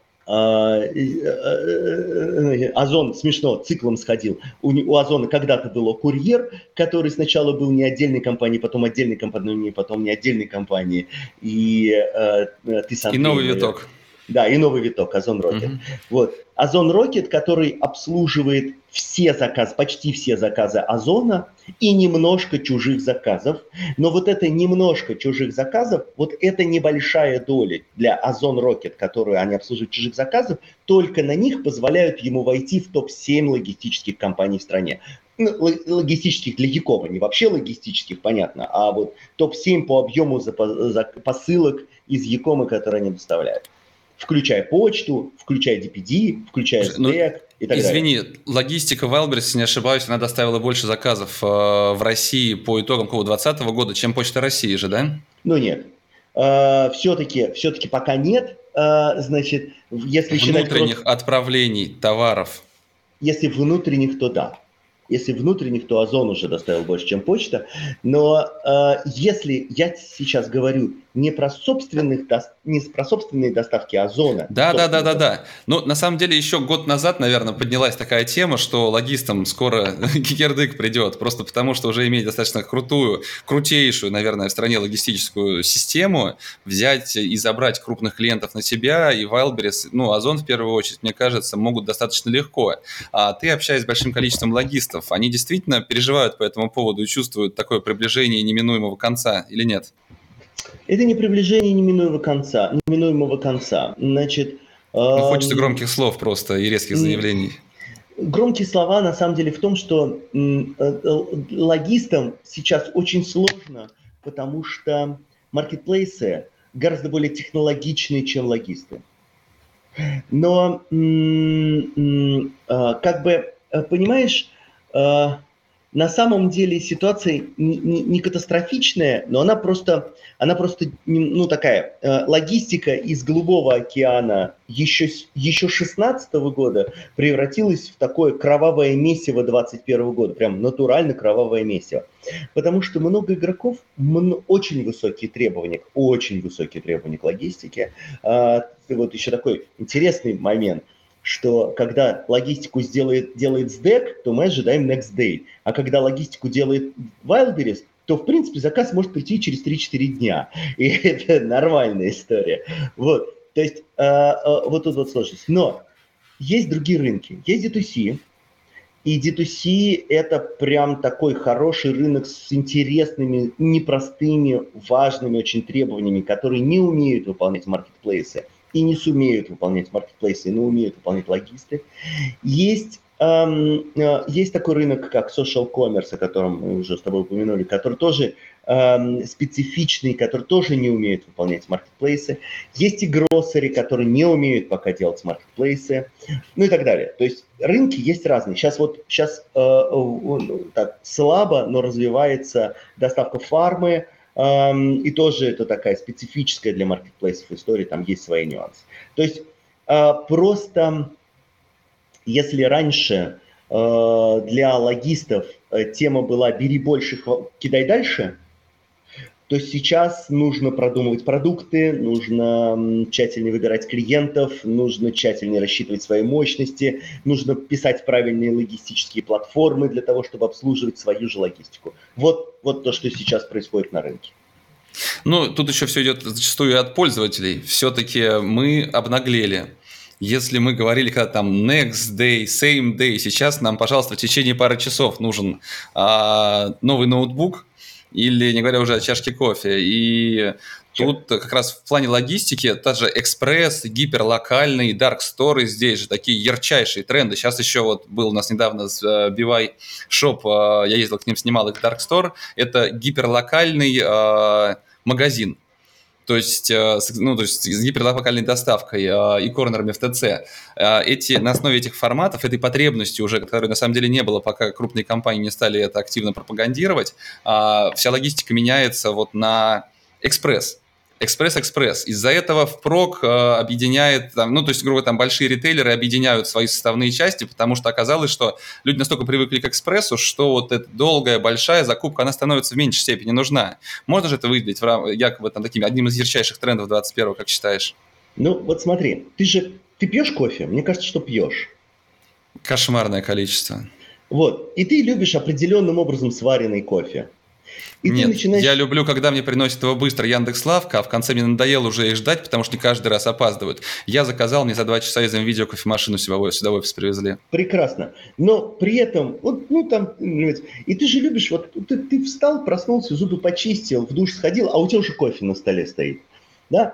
[SPEAKER 2] смешно, циклом сходил. У Озона когда-то было Курьер, который сначала был не отдельной компанией, потом отдельной компанией, потом не отдельной компанией. И ты сам...
[SPEAKER 1] И новый виток.
[SPEAKER 2] Да, и новый виток, Озон Рокет. Вот. Озон Рокет, который обслуживает все заказы, почти все заказы Озона и немножко чужих заказов. Но вот это немножко чужих заказов, вот эта небольшая доля для Озон Рокет, которую они обслуживают чужих заказов, только на них позволяют ему войти в топ-7 логистических компаний в стране. Логистических для Якова, не вообще логистических, понятно, а вот топ-7 по объему посылок из Якома, которые они доставляют. Включая почту, включая DPD, включая SDEC и так далее.
[SPEAKER 1] Извини, логистика Wildberries, если не ошибаюсь, она доставила больше заказов в России по итогам 2020 года, чем Почта России же, да?
[SPEAKER 2] Ну нет. Все-таки пока нет. Значит, если считать...
[SPEAKER 1] Внутренних отправлений товаров.
[SPEAKER 2] Если внутренних, то да. Если внутренних, то Озон уже доставил больше, чем почта. Но если я сейчас говорю не про собственные доставки Озона.
[SPEAKER 1] Да. Ну, на самом деле, еще год назад, наверное, поднялась такая тема, что логистам скоро кикердык придет, просто потому что уже имеет достаточно крутейшую, наверное, в стране логистическую систему, взять и забрать крупных клиентов на себя, и Wildberries, Озон в первую очередь, мне кажется, могут достаточно легко. А ты, общаясь с большим количеством логистов, они действительно переживают по этому поводу и чувствуют такое приближение неминуемого конца или нет?
[SPEAKER 2] Это не приближение неминуемого конца. Значит,
[SPEAKER 1] хочется громких слов просто и резких заявлений.
[SPEAKER 2] Громкие слова на самом деле в том, что логистам сейчас очень сложно, потому что маркетплейсы гораздо более технологичные, чем логисты. Но, понимаешь, на самом деле ситуация не катастрофичная, но она просто такая. Логистика из Голубого океана еще 2016 года превратилась в такое кровавое месиво 2021 года. Прям натурально кровавое месиво. Потому что много игроков, очень высокие требования к логистике. Вот еще такой интересный момент, что когда логистику делает SDEC, то мы ожидаем next day. А когда логистику делает Wildberries, то, в принципе, заказ может прийти через 3-4 дня. И это нормальная история. Вот. То есть, вот тут вот сложность. Но есть другие рынки. Есть D2C. И D2C – это прям такой хороший рынок с интересными, непростыми, важными очень требованиями, которые не умеют выполнять маркетплейсы. И не сумеют выполнять маркетплейсы, но умеют выполнять логисты. Есть такой рынок, как social commerce, о котором мы уже с тобой упомянули, который тоже специфичный, который тоже не умеет выполнять маркетплейсы. Есть и гроссери, которые не умеют пока делать маркетплейсы, ну и так далее. То есть рынки есть разные. Сейчас так слабо, но развивается доставка фармы, и тоже это такая специфическая для маркетплейсов история, там есть свои нюансы. То есть просто если раньше для логистов тема была «бери больше, кидай дальше», то сейчас нужно продумывать продукты, нужно тщательнее выбирать клиентов, нужно тщательнее рассчитывать свои мощности, нужно писать правильные логистические платформы для того, чтобы обслуживать свою же логистику. Вот то, что сейчас происходит на рынке.
[SPEAKER 1] Ну, тут еще все идет зачастую от пользователей. Все-таки мы обнаглели. Если мы говорили когда там next day, same day, сейчас нам, пожалуйста, в течение пары часов нужен новый ноутбук, или не говоря уже о чашке кофе. И тут как раз в плане логистики даже экспресс, гиперлокальный, Dark Store здесь же такие ярчайшие тренды. Сейчас еще вот был у нас недавно BY Shop, я ездил к ним, снимал их Dark Store. Это гиперлокальный магазин. То есть с гиперлокальной доставкой и корнерами в ТЦ. На основе этих форматов, этой потребности уже, которой на самом деле не было, пока крупные компании не стали это активно пропагандировать, вся логистика меняется вот на экспресс. Экспресс. Из-за этого впрок объединяет, то есть, грубо говоря, большие ритейлеры объединяют свои составные части, потому что оказалось, что люди настолько привыкли к экспрессу, что вот эта долгая, большая закупка, она становится в меньшей степени нужна. Можно же это выделить якобы таким одним из ярчайших трендов 21-го, как считаешь?
[SPEAKER 2] Ну, вот смотри, ты пьешь кофе? Мне кажется, что пьешь.
[SPEAKER 1] Кошмарное количество.
[SPEAKER 2] Вот, и ты любишь определенным образом сваренный кофе.
[SPEAKER 1] И нет, я люблю, когда мне приносят его быстро Яндекс.Лавка, а в конце мне надоело уже их ждать, потому что не каждый раз опаздывают. Я заказал, мне за 2 часа из МВидео кофемашину сюда в офис привезли.
[SPEAKER 2] Прекрасно. Но при этом, и ты же любишь, ты встал, проснулся, зубы почистил, в душ сходил, а у тебя уже кофе на столе стоит. Да?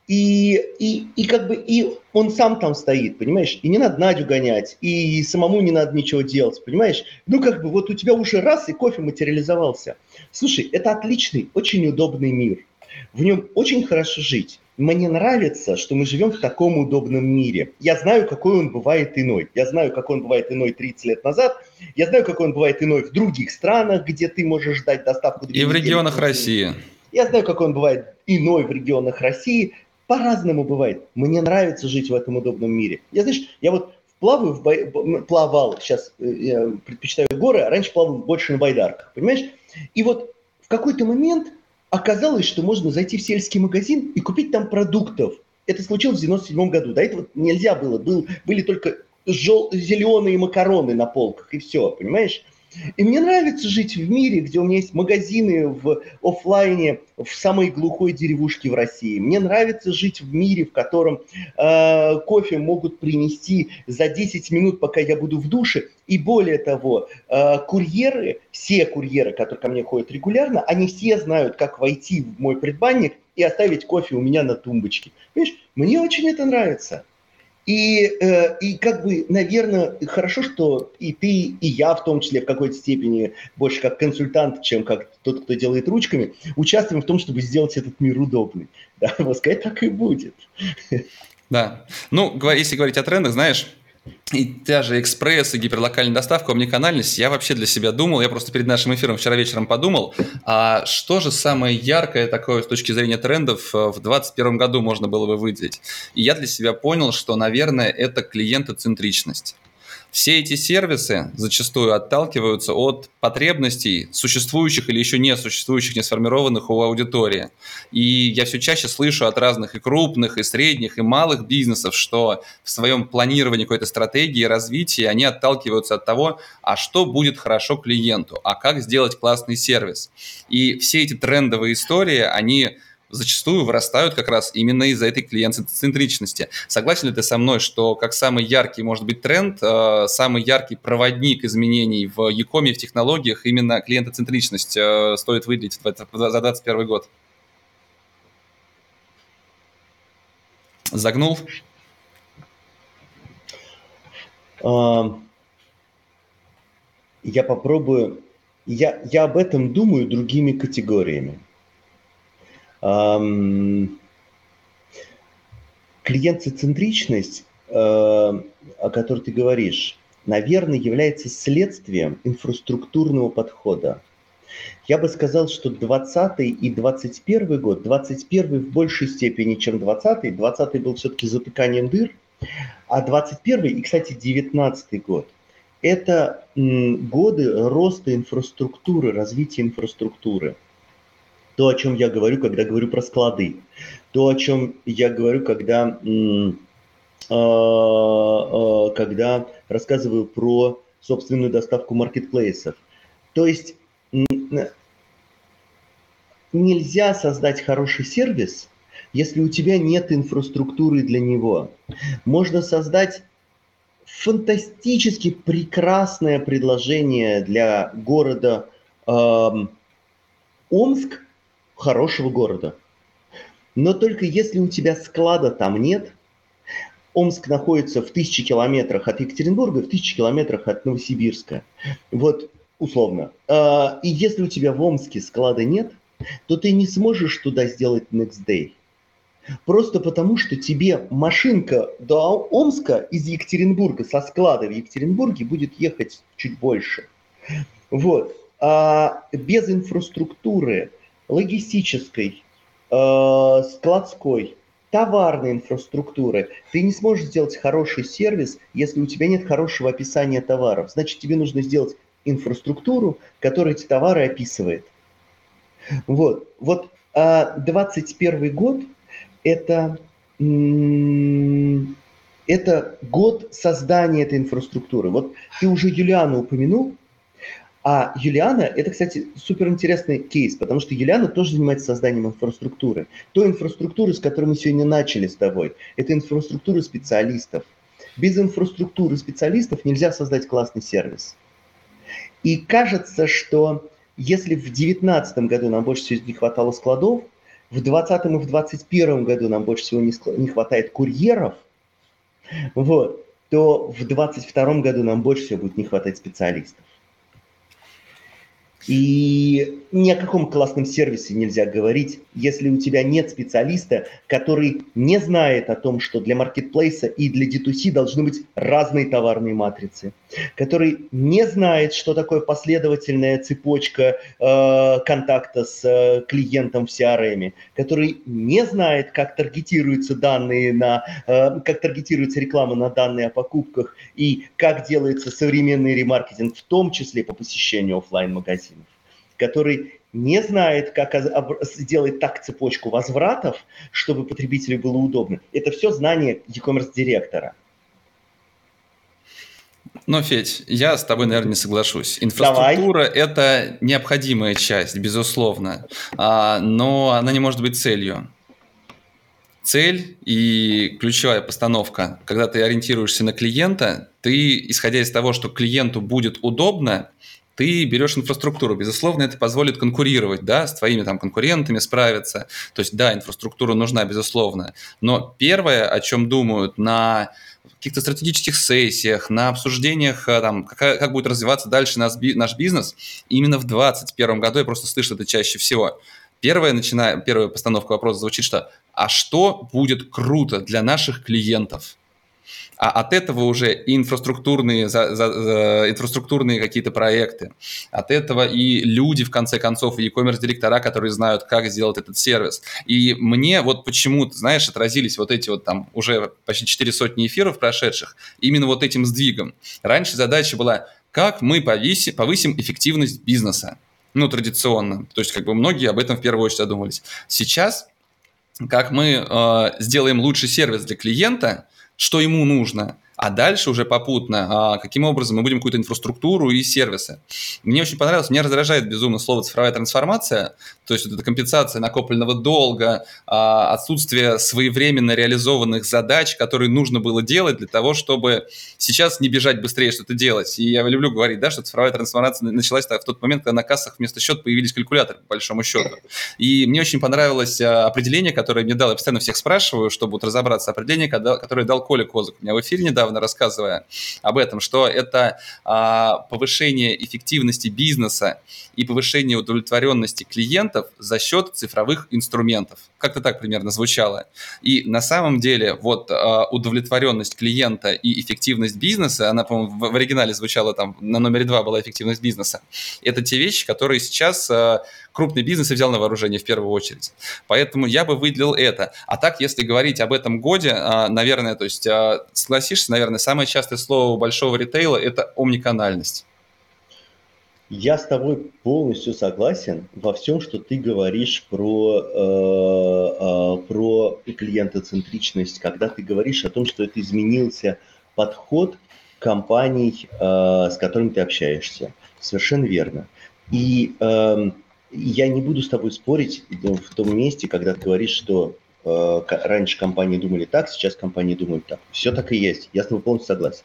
[SPEAKER 2] И он сам там стоит, понимаешь? И не надо Надю гонять, и самому не надо ничего делать, понимаешь? Вот у тебя уже раз, и кофе материализовался. Слушай, это отличный, очень удобный мир. В нем очень хорошо жить. Мне нравится, что мы живем в таком удобном мире. Я знаю, какой он бывает иной. Я знаю, как он бывает иной 30 лет назад. Я знаю, как он бывает иной в других странах, где ты можешь ждать доставку.
[SPEAKER 1] И в регионах России.
[SPEAKER 2] Я знаю, как он бывает иной в регионах России. По-разному бывает. Мне нравится жить в этом удобном мире. Я плавал, сейчас я предпочитаю горы, а раньше плавал больше на байдарках, понимаешь? И вот в какой-то момент оказалось, что можно зайти в сельский магазин и купить там продуктов. Это случилось в 97 году. До этого нельзя было. Были только зеленые макароны на полках, и все, понимаешь? И мне нравится жить в мире, где у меня есть магазины в офлайне в самой глухой деревушке в России. Мне нравится жить в мире, в котором кофе могут принести за 10 минут, пока я буду в душе. И более того, все курьеры, которые ко мне ходят регулярно, они все знают, как войти в мой предбанник и оставить кофе у меня на тумбочке. Понимаешь, мне очень это нравится. И наверное, хорошо, что и ты, и я в том числе в какой-то степени больше как консультант, чем как тот, кто делает ручками, участвуем в том, чтобы сделать этот мир удобным. Да, пускай так и будет.
[SPEAKER 1] Да. Если говорить о трендах, знаешь, и та же экспресс и гиперлокальная доставка, омниканальность, я вообще для себя думал, я просто перед нашим эфиром вчера вечером подумал, а что же самое яркое такое с точки зрения трендов в 2021 году можно было бы выделить? И я для себя понял, что, наверное, это клиентоцентричность. Все эти сервисы зачастую отталкиваются от потребностей существующих или еще не существующих, не сформированных у аудитории. И я все чаще слышу от разных и крупных, и средних, и малых бизнесов, что в своем планировании какой-то стратегии развития они отталкиваются от того, а что будет хорошо клиенту, а как сделать классный сервис. И все эти трендовые истории, они зачастую вырастают как раз именно из-за этой клиентоцентричности. Согласен ли ты со мной, что как самый яркий может быть тренд, самый яркий проводник изменений в e-com и в технологиях именно клиентоцентричность стоит выделить за 2021 год? Загнул?
[SPEAKER 2] Я попробую. Я об этом думаю другими категориями. Клиентоцентричность, о которой ты говоришь, наверное, является следствием инфраструктурного подхода. Я бы сказал, что 20-й и 21 год, 21-й в большей степени, чем 20-й, 20-й был все-таки затыканием дыр, а 21-й и, кстати, 19-й год, это годы роста инфраструктуры, развития инфраструктуры. То, о чем я говорю, когда говорю про склады. То, о чем я говорю, когда рассказываю про собственную доставку маркетплейсов. То есть нельзя создать хороший сервис, если у тебя нет инфраструктуры для него. Можно создать фантастически прекрасное предложение для города Омск, хорошего города. Но только если у тебя склада там нет, Омск находится в 1000 километрах от Екатеринбурга, в 1000 километрах от Новосибирска. Вот условно. И если у тебя в Омске склада нет, то ты не сможешь туда сделать next day. Просто потому, что тебе машинка до Омска из Екатеринбурга, со склада в Екатеринбурге будет ехать чуть больше. Вот. А без инфраструктуры логистической, складской, товарной инфраструктуры ты не сможешь сделать хороший сервис, если у тебя нет хорошего описания товаров. Значит, тебе нужно сделать инфраструктуру, которая эти товары описывает. Вот 21 год это год создания этой инфраструктуры. Вот ты уже Юлиану упомянул, а Юлиана, это, кстати, суперинтересный кейс, потому что Юлиана тоже занимается созданием инфраструктуры. Той инфраструктуры, с которой мы сегодня начали с тобой, это инфраструктура специалистов. Без инфраструктуры специалистов нельзя создать классный сервис. И кажется, что если в 2019 году нам больше всего не хватало складов, в 2020 и в 2021 году нам больше всего не хватает курьеров, вот, то в 2022 году нам больше всего будет не хватать специалистов. И ни о каком классном сервисе нельзя говорить, если у тебя нет специалиста, который не знает о том, что для маркетплейса и для D2C должны быть разные товарные матрицы, который не знает, что такое последовательная цепочка контакта с клиентом в CRM, который не знает, как таргетируются как таргетируется реклама на данные о покупках и как делается современный ремаркетинг, в том числе по посещению офлайн-магазинов, который не знает, как сделать так цепочку возвратов, чтобы потребителю было удобно. Это все знание e-commerce директора.
[SPEAKER 1] Но, Федь, я с тобой, наверное, не соглашусь. Инфраструктура – это необходимая часть, безусловно, но она не может быть целью. Цель и ключевая постановка, когда ты ориентируешься на клиента, ты, исходя из того, что клиенту будет удобно, ты берешь инфраструктуру. Безусловно, это позволит конкурировать, да, с твоими там конкурентами, справиться. То есть, да, инфраструктура нужна, безусловно. Но первое, о чем думают на каких-то стратегических сессиях, на обсуждениях, там, как будет развиваться дальше наш бизнес, именно в 2021 году, я просто слышу это чаще всего. Первая постановка вопроса звучит, что «А что будет круто для наших клиентов?» А от этого уже и инфраструктурные какие-то проекты, от этого и люди, в конце концов, и e-commerce директора, которые знают, как сделать этот сервис. И мне вот почему-то, знаешь, отразились вот эти вот там уже почти 400 эфиров прошедших именно вот этим сдвигом. Раньше задача была, как мы повысим эффективность бизнеса. Ну, традиционно. То есть, как бы многие об этом в первую очередь задумывались. Сейчас, как мы сделаем лучший сервис для клиента, что ему нужно, а дальше уже попутно, каким образом мы будем какую-то инфраструктуру и сервисы. Мне очень понравилось, меня раздражает безумно слово «цифровая трансформация», то есть вот эта компенсация накопленного долга, отсутствие своевременно реализованных задач, которые нужно было делать для того, чтобы сейчас не бежать быстрее что-то делать. И я люблю говорить, да, что цифровая трансформация началась в тот момент, когда на кассах вместо счета появились калькуляторы, по большому счету. И мне очень понравилось определение, которое мне дал, я постоянно всех спрашиваю, чтобы вот разобраться, определение, которое дал Коля Козак у меня в эфире недавно, рассказывая об этом, что это повышение эффективности бизнеса и повышение удовлетворенности клиентов за счет цифровых инструментов. Как-то так примерно звучало. И на самом деле вот удовлетворенность клиента и эффективность бизнеса, она, по-моему, в оригинале звучала там, на номере 2 была эффективность бизнеса. Это те вещи, которые сейчас крупный бизнес и взял на вооружение в первую очередь. Поэтому я бы выделил это. А так, если говорить об этом годе, наверное, то есть согласишься, наверное, самое частое слово у большого ритейла – это омниканальность.
[SPEAKER 2] Я с тобой полностью согласен во всем, что ты говоришь про клиентоцентричность, когда ты говоришь о том, что это изменился подход компаний, с которыми ты общаешься. Совершенно верно. И я не буду с тобой спорить в том месте, когда ты говоришь, что раньше компании думали так, сейчас компании думают так. Все так и есть. Я с тобой полностью согласен.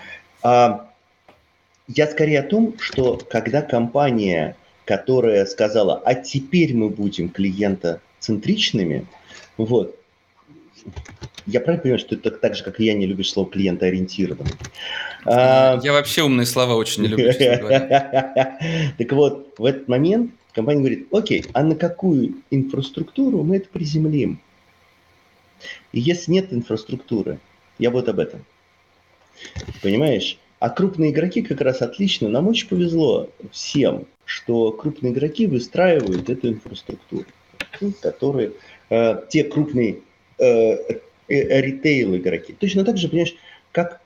[SPEAKER 2] Я скорее о том, что когда компания, которая сказала, а теперь мы будем клиентоцентричными, вот, я правильно понимаю, что это так же, как и я, не любишь слово клиентоориентированный?
[SPEAKER 1] Я вообще умные слова очень не люблю, честно говоря.
[SPEAKER 2] Так вот, в этот момент компания говорит, окей, а на какую инфраструктуру мы это приземлим? И если нет инфраструктуры, я вот об этом. Понимаешь? А крупные игроки как раз отлично. Нам очень повезло всем, что крупные игроки выстраивают эту инфраструктуру, которые те крупные ритейл-игроки. Точно так же, понимаешь, как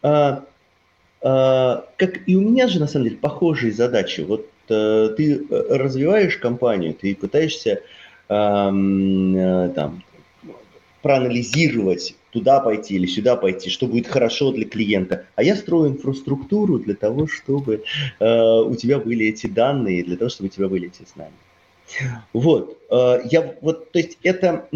[SPEAKER 2] и у меня же, на самом деле, похожие задачи. Вот ты развиваешь компанию, ты пытаешься там, проанализировать, туда пойти или сюда пойти, что будет хорошо для клиента. А я строю инфраструктуру для того, чтобы у тебя были эти данные, для того, чтобы у тебя были эти знания. Вот. То есть это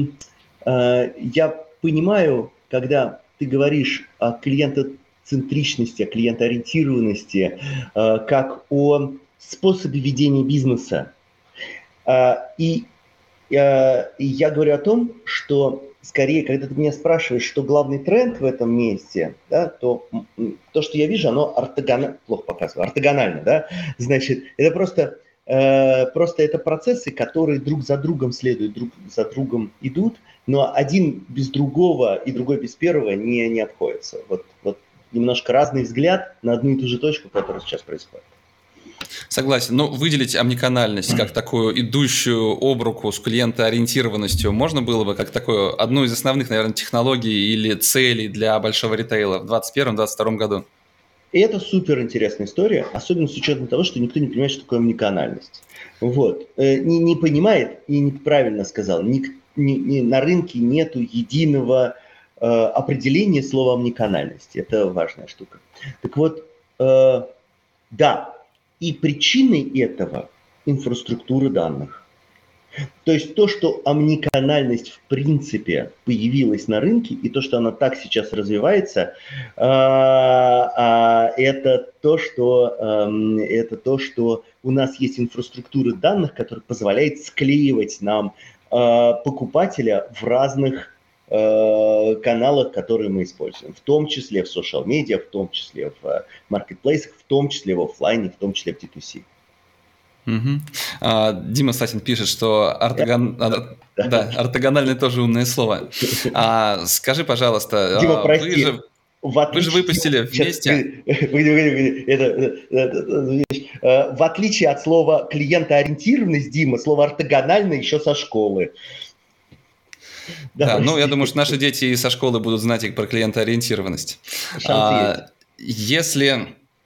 [SPEAKER 2] я понимаю, когда ты говоришь о клиентоцентричности, о клиентоориентированности, как о способе ведения бизнеса. И я говорю о том, что скорее, когда ты меня спрашиваешь, что главный тренд в этом месте, да, то что я вижу, оно плохо показываю, ортогонально, да, значит, это просто это процессы, которые друг за другом следуют, друг за другом идут, но один без другого и другой без первого не обходится. Вот немножко разный взгляд на одну и ту же точку, которая сейчас происходит.
[SPEAKER 1] Согласен. Но выделить омниканальность как такую идущую об руку с клиентоориентированностью можно было бы как такую одну из основных, наверное, технологий или целей для большого ритейла в 2021-2022 году?
[SPEAKER 2] И это супер интересная история, особенно с учетом того, что никто не понимает, что такое омниканальность. Вот. Не понимает, и неправильно сказал, на рынке нету единого определения слова омниканальность. Это важная штука. Так вот, да, и причиной этого инфраструктура данных. То есть то, что омниканальность в принципе появилась на рынке, и то, что она так сейчас развивается, это то, что у нас есть инфраструктура данных, которая позволяет склеивать нам покупателя в разных каналах, которые мы используем, в том числе в social-медиа, в том числе в маркетплейсах, в том числе в офлайне, в том числе в D2C.
[SPEAKER 1] Угу. Дима Сатин пишет, что ортогональное тоже умное слово. Скажи, пожалуйста,
[SPEAKER 2] Дима, прости,
[SPEAKER 1] вы же выпустили вместе...
[SPEAKER 2] В отличие от слова клиентоориентированность, Дима, слово ортогонально еще со школы.
[SPEAKER 1] Да, ну я думаю, что наши дети и со школы будут знать и про клиентоориентированность. Если...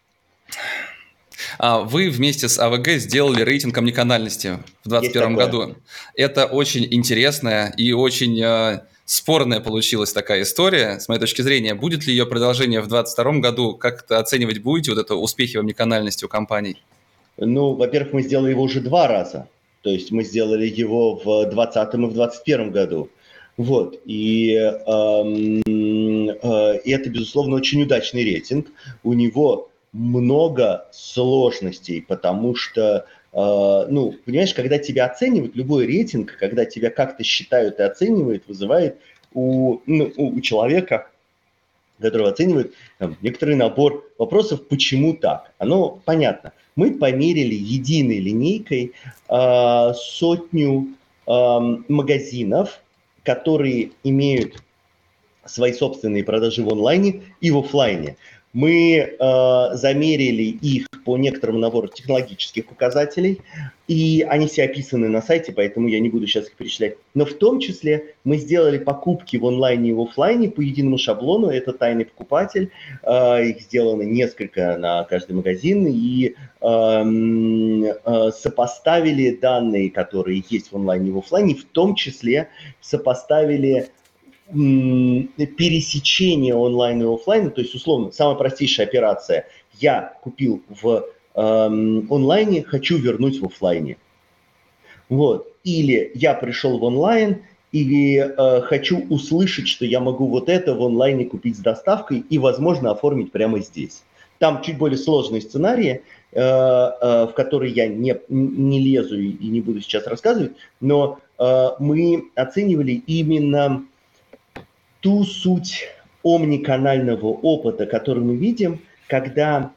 [SPEAKER 1] Вы вместе с АВГ сделали рейтинг омниканальности в 2021 году. Это очень интересная и очень спорная получилась такая история, с моей точки зрения. Будет ли ее продолжение в 2022 году? Как-то оценивать будете вот это успехи в омниканальности у компаний?
[SPEAKER 2] Ну, во-первых, мы сделали его уже 2 раза. То есть мы сделали его в 2020 и в 2021 году. Вот. И это, безусловно, очень удачный рейтинг. У него много сложностей, потому что, понимаешь, когда тебя оценивают, любой рейтинг, когда тебя как-то считают и оценивают, вызывает у человека, которого оценивают, некоторый набор вопросов, почему так. Оно понятно. Мы померили единой линейкой 100 магазинов, которые имеют свои собственные продажи в онлайне и в офлайне. Мы замерили их по некоторому набору технологических показателей, и они все описаны на сайте, поэтому я не буду сейчас их перечислять. Но в том числе мы сделали покупки в онлайне и в офлайне по единому шаблону. Это тайный покупатель. Их сделано несколько на каждый магазин. И сопоставили данные, которые есть в онлайне и в офлайне. В том числе сопоставили пересечение онлайна и офлайна. То есть, условно, самая простейшая операция. Я купил в онлайне, хочу вернуть в офлайне. Вот. Или я пришел в онлайн и хочу услышать, что я могу вот это в онлайне купить с доставкой и, возможно, оформить прямо здесь. Там чуть более сложные сценарии, в которые я не лезу и не буду сейчас рассказывать, но мы оценивали именно ту суть омниканального опыта, который мы видим, когда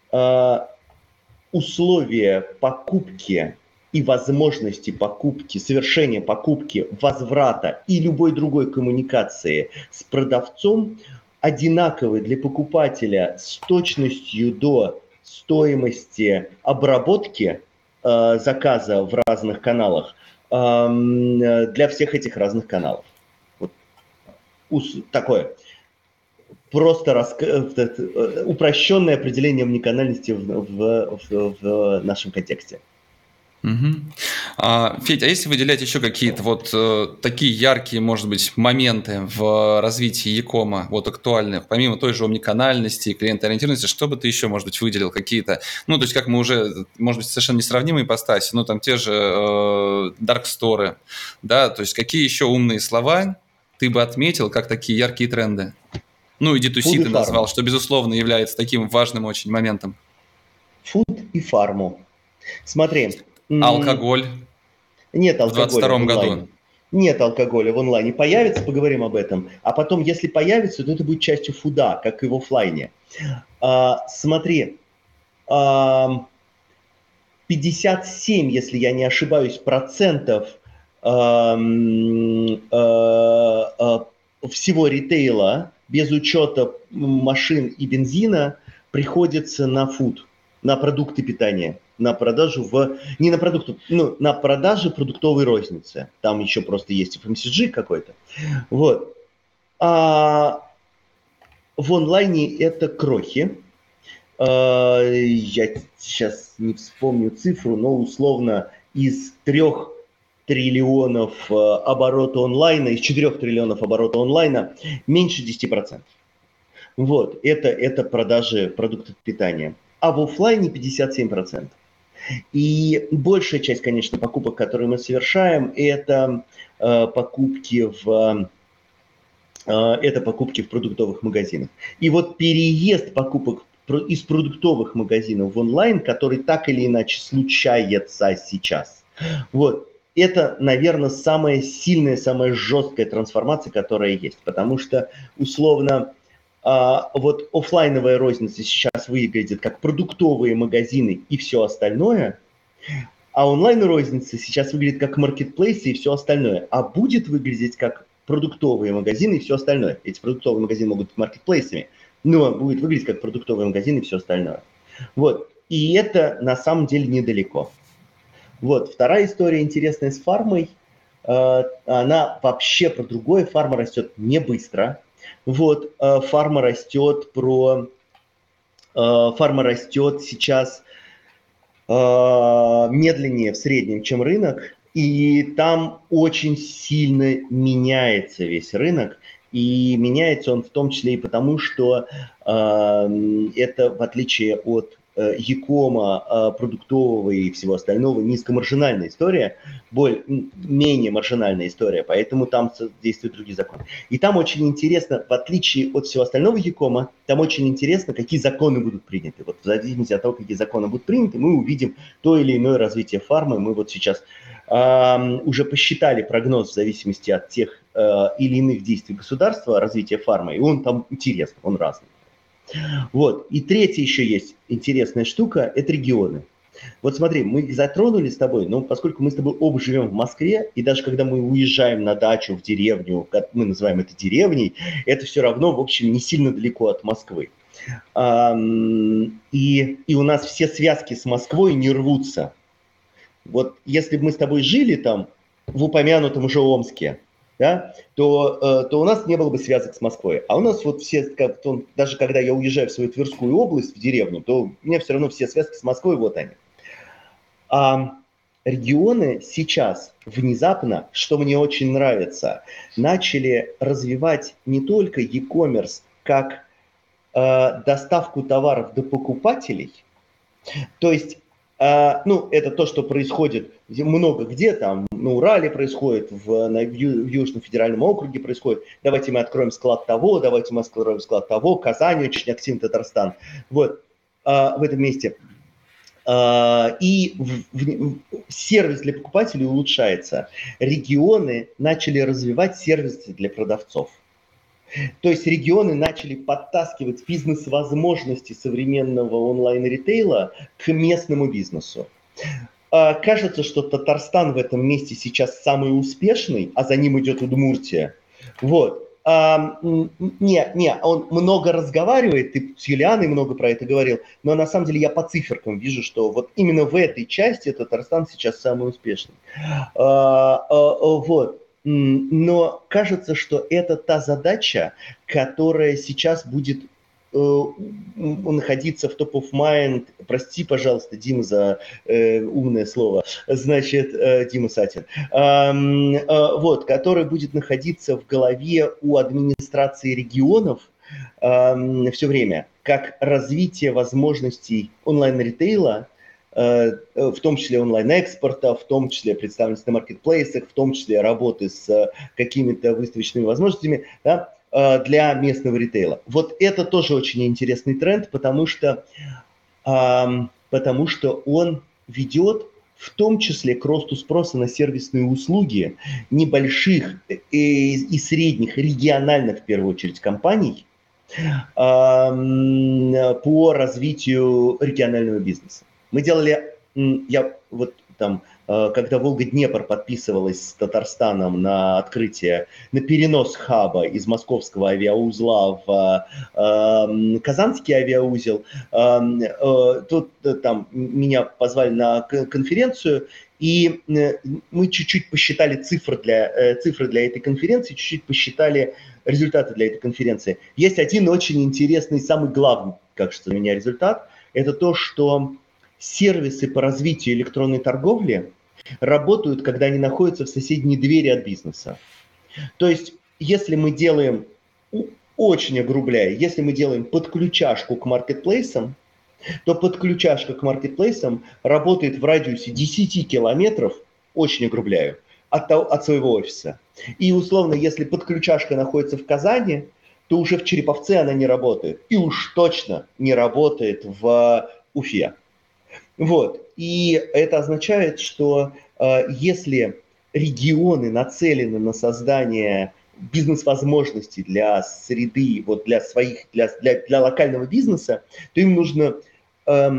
[SPEAKER 2] условия покупки и возможности покупки, совершения покупки, возврата и любой другой коммуникации с продавцом одинаковы для покупателя с точностью до стоимости обработки заказа в разных каналах для всех этих разных каналов. Вот такое просто упрощенное определение омниканальности в нашем контексте.
[SPEAKER 1] Федь, а если выделять еще какие-то вот такие яркие, может быть, моменты в развитии e-кома, вот актуальных, помимо той же омниканальности и клиентоориентированности, что бы ты еще, может быть, выделил какие-то, ну, то есть как мы уже, может быть, совершенно несравнимые ипостаси, ну, там те же dark store, да, то есть какие еще умные слова ты бы отметил, как такие яркие тренды? Ну, и D2C ты назвал, что, безусловно, является таким важным очень моментом.
[SPEAKER 2] Фуд и фарму. Смотри.
[SPEAKER 1] Алкоголь?
[SPEAKER 2] Нет алкоголя
[SPEAKER 1] в 2022 году.
[SPEAKER 2] Нет алкоголя в онлайне. Появится, поговорим об этом. А потом, если появится, то это будет частью фуда, как и в офлайне. Смотри. 57, если я не ошибаюсь, процентов всего ритейла без учета машин и бензина приходится на фуд, на продукты питания, на продажу не на продукты, на продажи продуктовой розницы. Там еще просто есть FMCG какой-то. Вот. А в онлайне это крохи. Я сейчас не вспомню цифру, но условно из 3 триллионов оборота онлайна, из 4 триллионов оборота онлайна меньше 10%. Вот, это продажи продуктов питания. А в офлайне 57%. И большая часть, конечно, покупок, которые мы совершаем, это покупки в продуктовых магазинах. И вот переезд покупок из продуктовых магазинов в онлайн, который так или иначе случается сейчас. Вот. Это, наверное, самая сильная, самая жесткая трансформация, которая есть. Потому что, условно, вот офлайновая розница сейчас выглядит как продуктовые магазины и все остальное, а онлайн-розница сейчас выглядит как маркетплейсы и все остальное. А будет выглядеть как продуктовые магазины и все остальное. Эти продуктовые магазины могут быть маркетплейсами, но будет выглядеть как продуктовый магазин и все остальное. Вот. И это на самом деле недалеко. Вот. Вторая история интересная с фармой. Она вообще про другое. Фарма растет не быстро. Вот. Фарма растет сейчас медленнее в среднем, чем рынок. И там очень сильно меняется весь рынок. И меняется он в том числе и потому, что это, в отличие от e-кома, продуктового и всего остального, низкомаржинальная история, менее маржинальная история, поэтому там действуют другие законы. И там очень интересно, в отличие от всего остального e-кома, там очень интересно, какие законы будут приняты. Вот в зависимости от того, какие законы будут приняты, мы увидим то или иное развитие фармы. Мы вот сейчас уже посчитали прогноз в зависимости от тех или иных действий государства, развития фармы, и он там интересный, он разный. Вот. И третья еще есть интересная штука – это регионы. Вот смотри, мы их затронули с тобой, но поскольку мы с тобой оба живем в Москве, и даже когда мы уезжаем на дачу в деревню, как мы называем это деревней, это все равно, в общем, не сильно далеко от Москвы. И у нас все связки с Москвой не рвутся. Вот если бы мы с тобой жили там в упомянутом уже Омске, да, то у нас не было бы связок с Москвой. А у нас вот все, даже когда я уезжаю в свою Тверскую область, в деревню, то у меня все равно все связки с Москвой, вот они. А регионы сейчас внезапно, что мне очень нравится, начали развивать не только e-commerce как доставку товаров до покупателей, то есть это то, что происходит много где, там на Урале происходит, в Южном федеральном округе происходит. Давайте мы откроем склад того, давайте мы откроем склад того. Казань очень активно, Татарстан. Вот, в этом месте. И сервис для покупателей улучшается. Регионы начали развивать сервисы для продавцов. То есть регионы начали подтаскивать бизнес-возможности современного онлайн-ритейла к местному бизнесу. Кажется, что Татарстан в этом месте сейчас самый успешный, а за ним идет Удмуртия. Вот. Он много разговаривает, ты с Юлианой много про это говорил, но на самом деле я по циферкам вижу, что вот именно в этой части Татарстан сейчас самый успешный. Вот. Но кажется, что это та задача, которая сейчас будет находиться в top of mind. Прости, пожалуйста, Дима, за умное слово. Значит, Дима Сатин. Вот, который будет находиться в голове у администрации регионов все время, как развитие возможностей онлайн-ритейла, в том числе онлайн-экспорта, в том числе представленности на маркетплейсах, в том числе работы с какими-то выставочными возможностями, да, для местного ритейла. Вот это тоже очень интересный тренд, потому что он ведет в том числе к росту спроса на сервисные услуги небольших и средних, региональных, в первую очередь, компаний по развитию регионального бизнеса. Мы делали, когда Волга-Днепр подписывалась с Татарстаном на открытие, на перенос хаба из московского авиаузла в казанский авиаузел, тут там меня позвали на конференцию, и мы чуть-чуть посчитали цифры для этой конференции, чуть-чуть посчитали результаты для этой конференции. Есть один очень интересный, самый главный, кажется, для меня результат, это то, что сервисы по развитию электронной торговли работают, когда они находятся в соседней двери от бизнеса. То есть, если мы делаем, очень огрубляя, если мы делаем подключашку к маркетплейсам, то подключашка к маркетплейсам работает в радиусе 10 километров, очень огрубляю, от своего офиса. И условно, если подключашка находится в Казани, то уже в Череповце она не работает. И уж точно не работает в Уфе. Вот. И это означает, что если регионы нацелены на создание бизнес-возможностей для среды, вот для локального бизнеса, то им нужно, у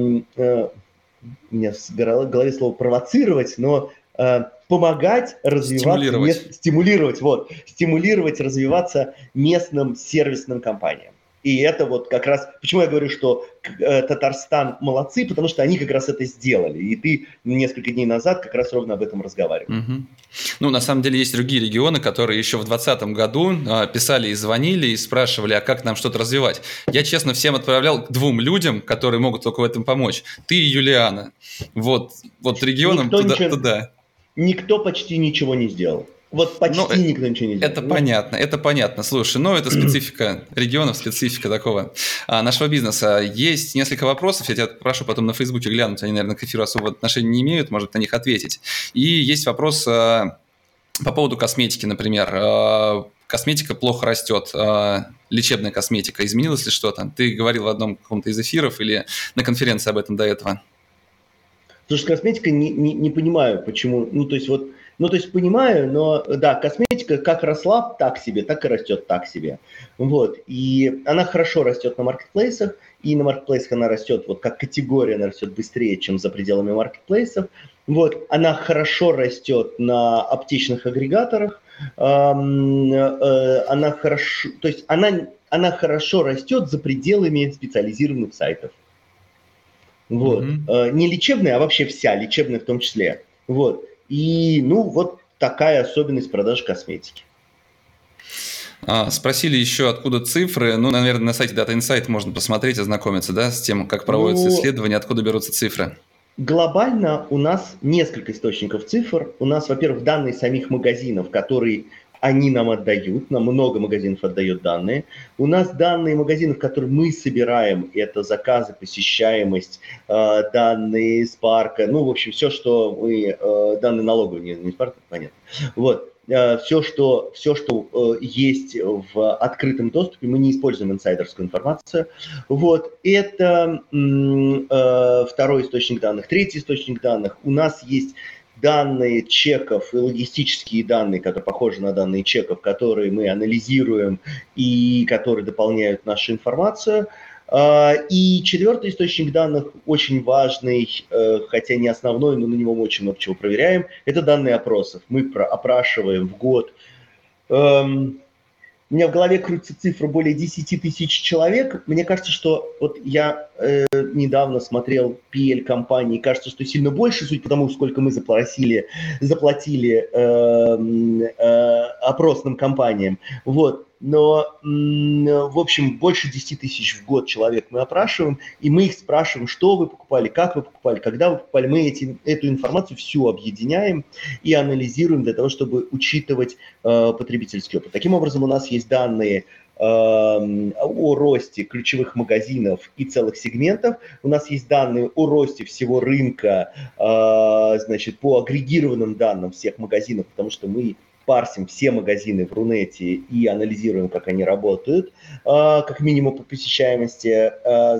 [SPEAKER 2] меня в голове слово провоцировать, но помогать развиваться, стимулировать, развиваться местным сервисным компаниям. И это вот как раз, почему я говорю, что Татарстан молодцы, потому что они как раз это сделали. И ты несколько дней назад как раз ровно об этом разговаривал.
[SPEAKER 1] Угу. Ну, на самом деле, есть другие регионы, которые еще в 2020 году писали и звонили, и спрашивали, а как нам что-то развивать. Я, честно, всем отправлял к 2 людям, которые могут только в этом помочь. Ты и Юлиана. Вот регионам туда.
[SPEAKER 2] Никто почти ничего не сделал. Вот почти никто ничего не делает.
[SPEAKER 1] Это понятно. Слушай, это специфика регионов, специфика такого нашего бизнеса. Есть несколько вопросов, я тебя прошу потом на Фейсбуке глянуть, они, наверное, к эфиру особо отношения не имеют, может на них ответить. И есть вопрос по поводу косметики, например. Косметика плохо растет, лечебная косметика. Изменилось ли что-то? Ты говорил в одном каком-то из эфиров или на конференции об этом до этого?
[SPEAKER 2] Слушай, косметика не понимаю, почему. То есть понимаю, но да, косметика как росла так себе, так и растет так себе. Вот. И она хорошо растет на маркетплейсах, и на маркетплейсах она растет, вот как категория, она растет быстрее, чем за пределами маркетплейсов. Вот. Она хорошо растет на аптечных агрегаторах. Она хорошо, то есть она она хорошо растет за пределами специализированных сайтов. Вот. Не лечебная, а вообще вся, лечебная в том числе. Вот. И, вот такая особенность продаж косметики.
[SPEAKER 1] Спросили еще, откуда цифры. Наверное, на сайте Data Insight можно посмотреть, ознакомиться, да, с тем, как проводятся исследования, откуда берутся цифры.
[SPEAKER 2] Глобально у нас несколько источников цифр. У нас, во-первых, данные самих магазинов, которые они нам отдают. Нам много магазинов отдает данные. У нас данные магазинов, которые мы собираем, это заказы, посещаемость, данные с парка. В общем, все, что мы... Данные налоговые, не с парка, понятно. Вот. Все, что есть в открытом доступе, мы не используем инсайдерскую информацию. Вот. Это второй источник данных. Третий источник данных. У нас есть данные чеков и логистические данные, которые похожи на данные чеков, которые мы анализируем и которые дополняют нашу информацию. И четвертый источник данных, очень важный, хотя не основной, но на него мы очень много чего проверяем, это данные опросов. Мы опрашиваем в год. У меня в голове крутится цифра более 10 тысяч человек. Мне кажется, что вот я недавно смотрел PL компании, кажется, что сильно больше, суть потому, сколько мы заплатили опросным компаниям. Вот. Но, в общем, больше 10 тысяч в год человек мы опрашиваем, и мы их спрашиваем, что вы покупали, как вы покупали, когда вы покупали. Мы эту информацию всю объединяем и анализируем для того, чтобы учитывать потребительский опыт. Таким образом, у нас есть данные о росте ключевых магазинов и целых сегментов. У нас есть данные о росте всего рынка, по агрегированным данным всех магазинов, потому что мы парсим все магазины в Рунете и анализируем, как они работают, как минимум по посещаемости.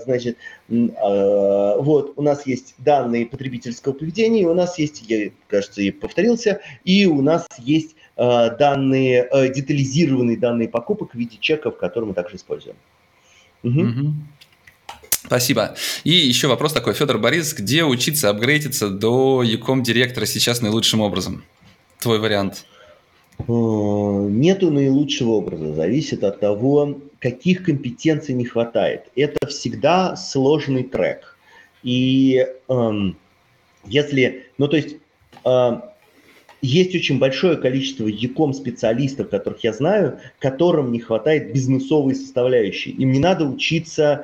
[SPEAKER 2] Вот у нас есть данные потребительского поведения, у нас есть, я, кажется, и повторился, и у нас есть данные, детализированные данные покупок в виде чеков, которые мы также используем.
[SPEAKER 1] Спасибо. И еще вопрос такой, Федор Борис, где учиться апгрейдиться до e-com директора сейчас наилучшим образом? Твой вариант.
[SPEAKER 2] Нету наилучшего образа, зависит от того, каких компетенций не хватает. Это всегда сложный трек. И есть очень большое количество e-com специалистов, которых я знаю, которым не хватает бизнесовой составляющей. Им не надо учиться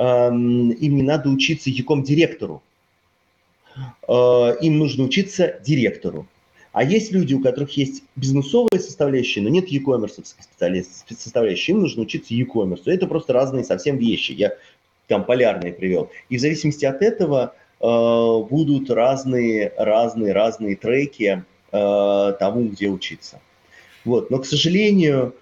[SPEAKER 2] e-com директору. Им нужно учиться директору. А есть люди, у которых есть бизнесовая составляющая, но нет e-commerce составляющей. Им нужно учиться e-commerce. Это просто разные совсем вещи. Я там полярные привел. И в зависимости от этого будут разные треки тому, где учиться. Вот. Но, к сожалению,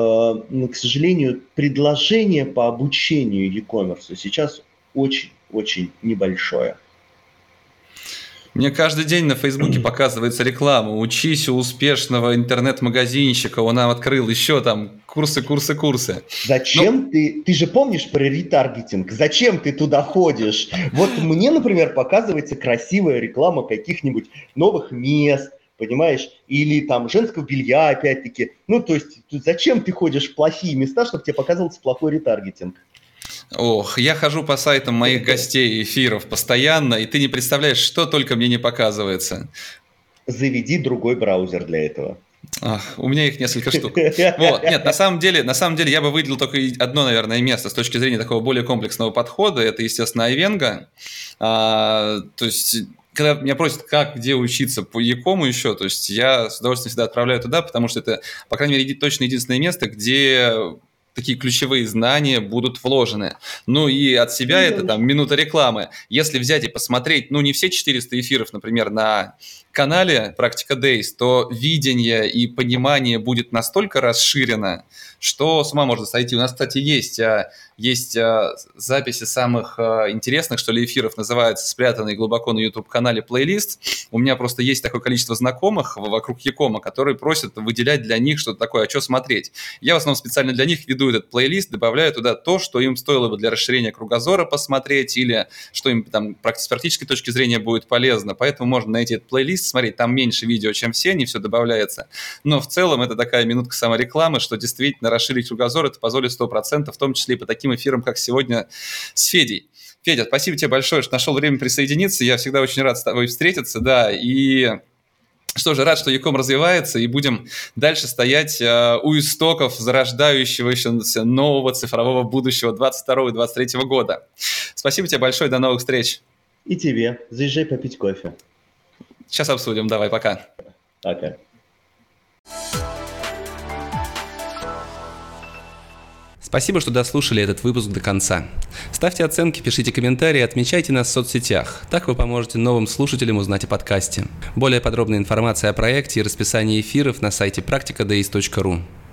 [SPEAKER 2] предложение по обучению e-commerce сейчас очень-очень небольшое.
[SPEAKER 1] Мне каждый день на Фейсбуке показывается реклама. Учись у успешного интернет-магазинщика, он нам открыл еще там курсы.
[SPEAKER 2] Зачем ты же помнишь про ретаргетинг, зачем ты туда ходишь? Вот мне, например, показывается красивая реклама каких-нибудь новых мест, понимаешь, или там женского белья, опять-таки. То есть зачем ты ходишь в плохие места, чтобы тебе показывался плохой ретаргетинг?
[SPEAKER 1] Ох, я хожу по сайтам моих гостей эфиров постоянно, и ты не представляешь, что только мне не показывается.
[SPEAKER 2] Заведи другой браузер для этого.
[SPEAKER 1] У меня их несколько штук. Вот. Нет, на самом деле я бы выделил только одно, наверное, место с точки зрения такого более комплексного подхода. Это, естественно, iVengo. То есть, когда меня просят, где учиться по e-com еще, то есть я с удовольствием всегда отправляю туда, потому что это, по крайней мере, точно единственное место, где такие ключевые знания будут вложены. И от себя это там минута рекламы. Если взять и посмотреть, не все 400 эфиров, например, на канале «Практика Days», то видение и понимание будет настолько расширено, что с ума можно сойти. У нас, кстати, есть записи самых интересных, эфиров, называются «Спрятанные глубоко на YouTube-канале плейлист». У меня просто есть такое количество знакомых вокруг e-com, которые просят выделять для них что-то такое, а что смотреть. Я в основном специально для них веду этот плейлист, добавляю туда то, что им стоило бы для расширения кругозора посмотреть или что им там с практической точки зрения будет полезно. Поэтому можно найти этот плейлист если смотреть, там меньше видео, чем все, не все добавляется. Но в целом это такая минутка саморекламы, что действительно расширить кругозор это позволит 100%, в том числе и по таким эфирам, как сегодня с Федей. Федя, спасибо тебе большое, что нашел время присоединиться. Я всегда очень рад с тобой встретиться, да, и что же, рад, что Яком развивается, и будем дальше стоять у истоков зарождающегося нового цифрового будущего 2022 и 2023 года. Спасибо тебе большое, до новых встреч.
[SPEAKER 2] И тебе. Заезжай попить кофе.
[SPEAKER 1] Сейчас обсудим, давай, пока.
[SPEAKER 2] Пока.
[SPEAKER 1] Спасибо, что дослушали этот выпуск до конца. Ставьте оценки, пишите комментарии, отмечайте нас в соцсетях. Так вы поможете новым слушателям узнать о подкасте. Более подробная информация о проекте и расписании эфиров на сайте practicadeis.ru.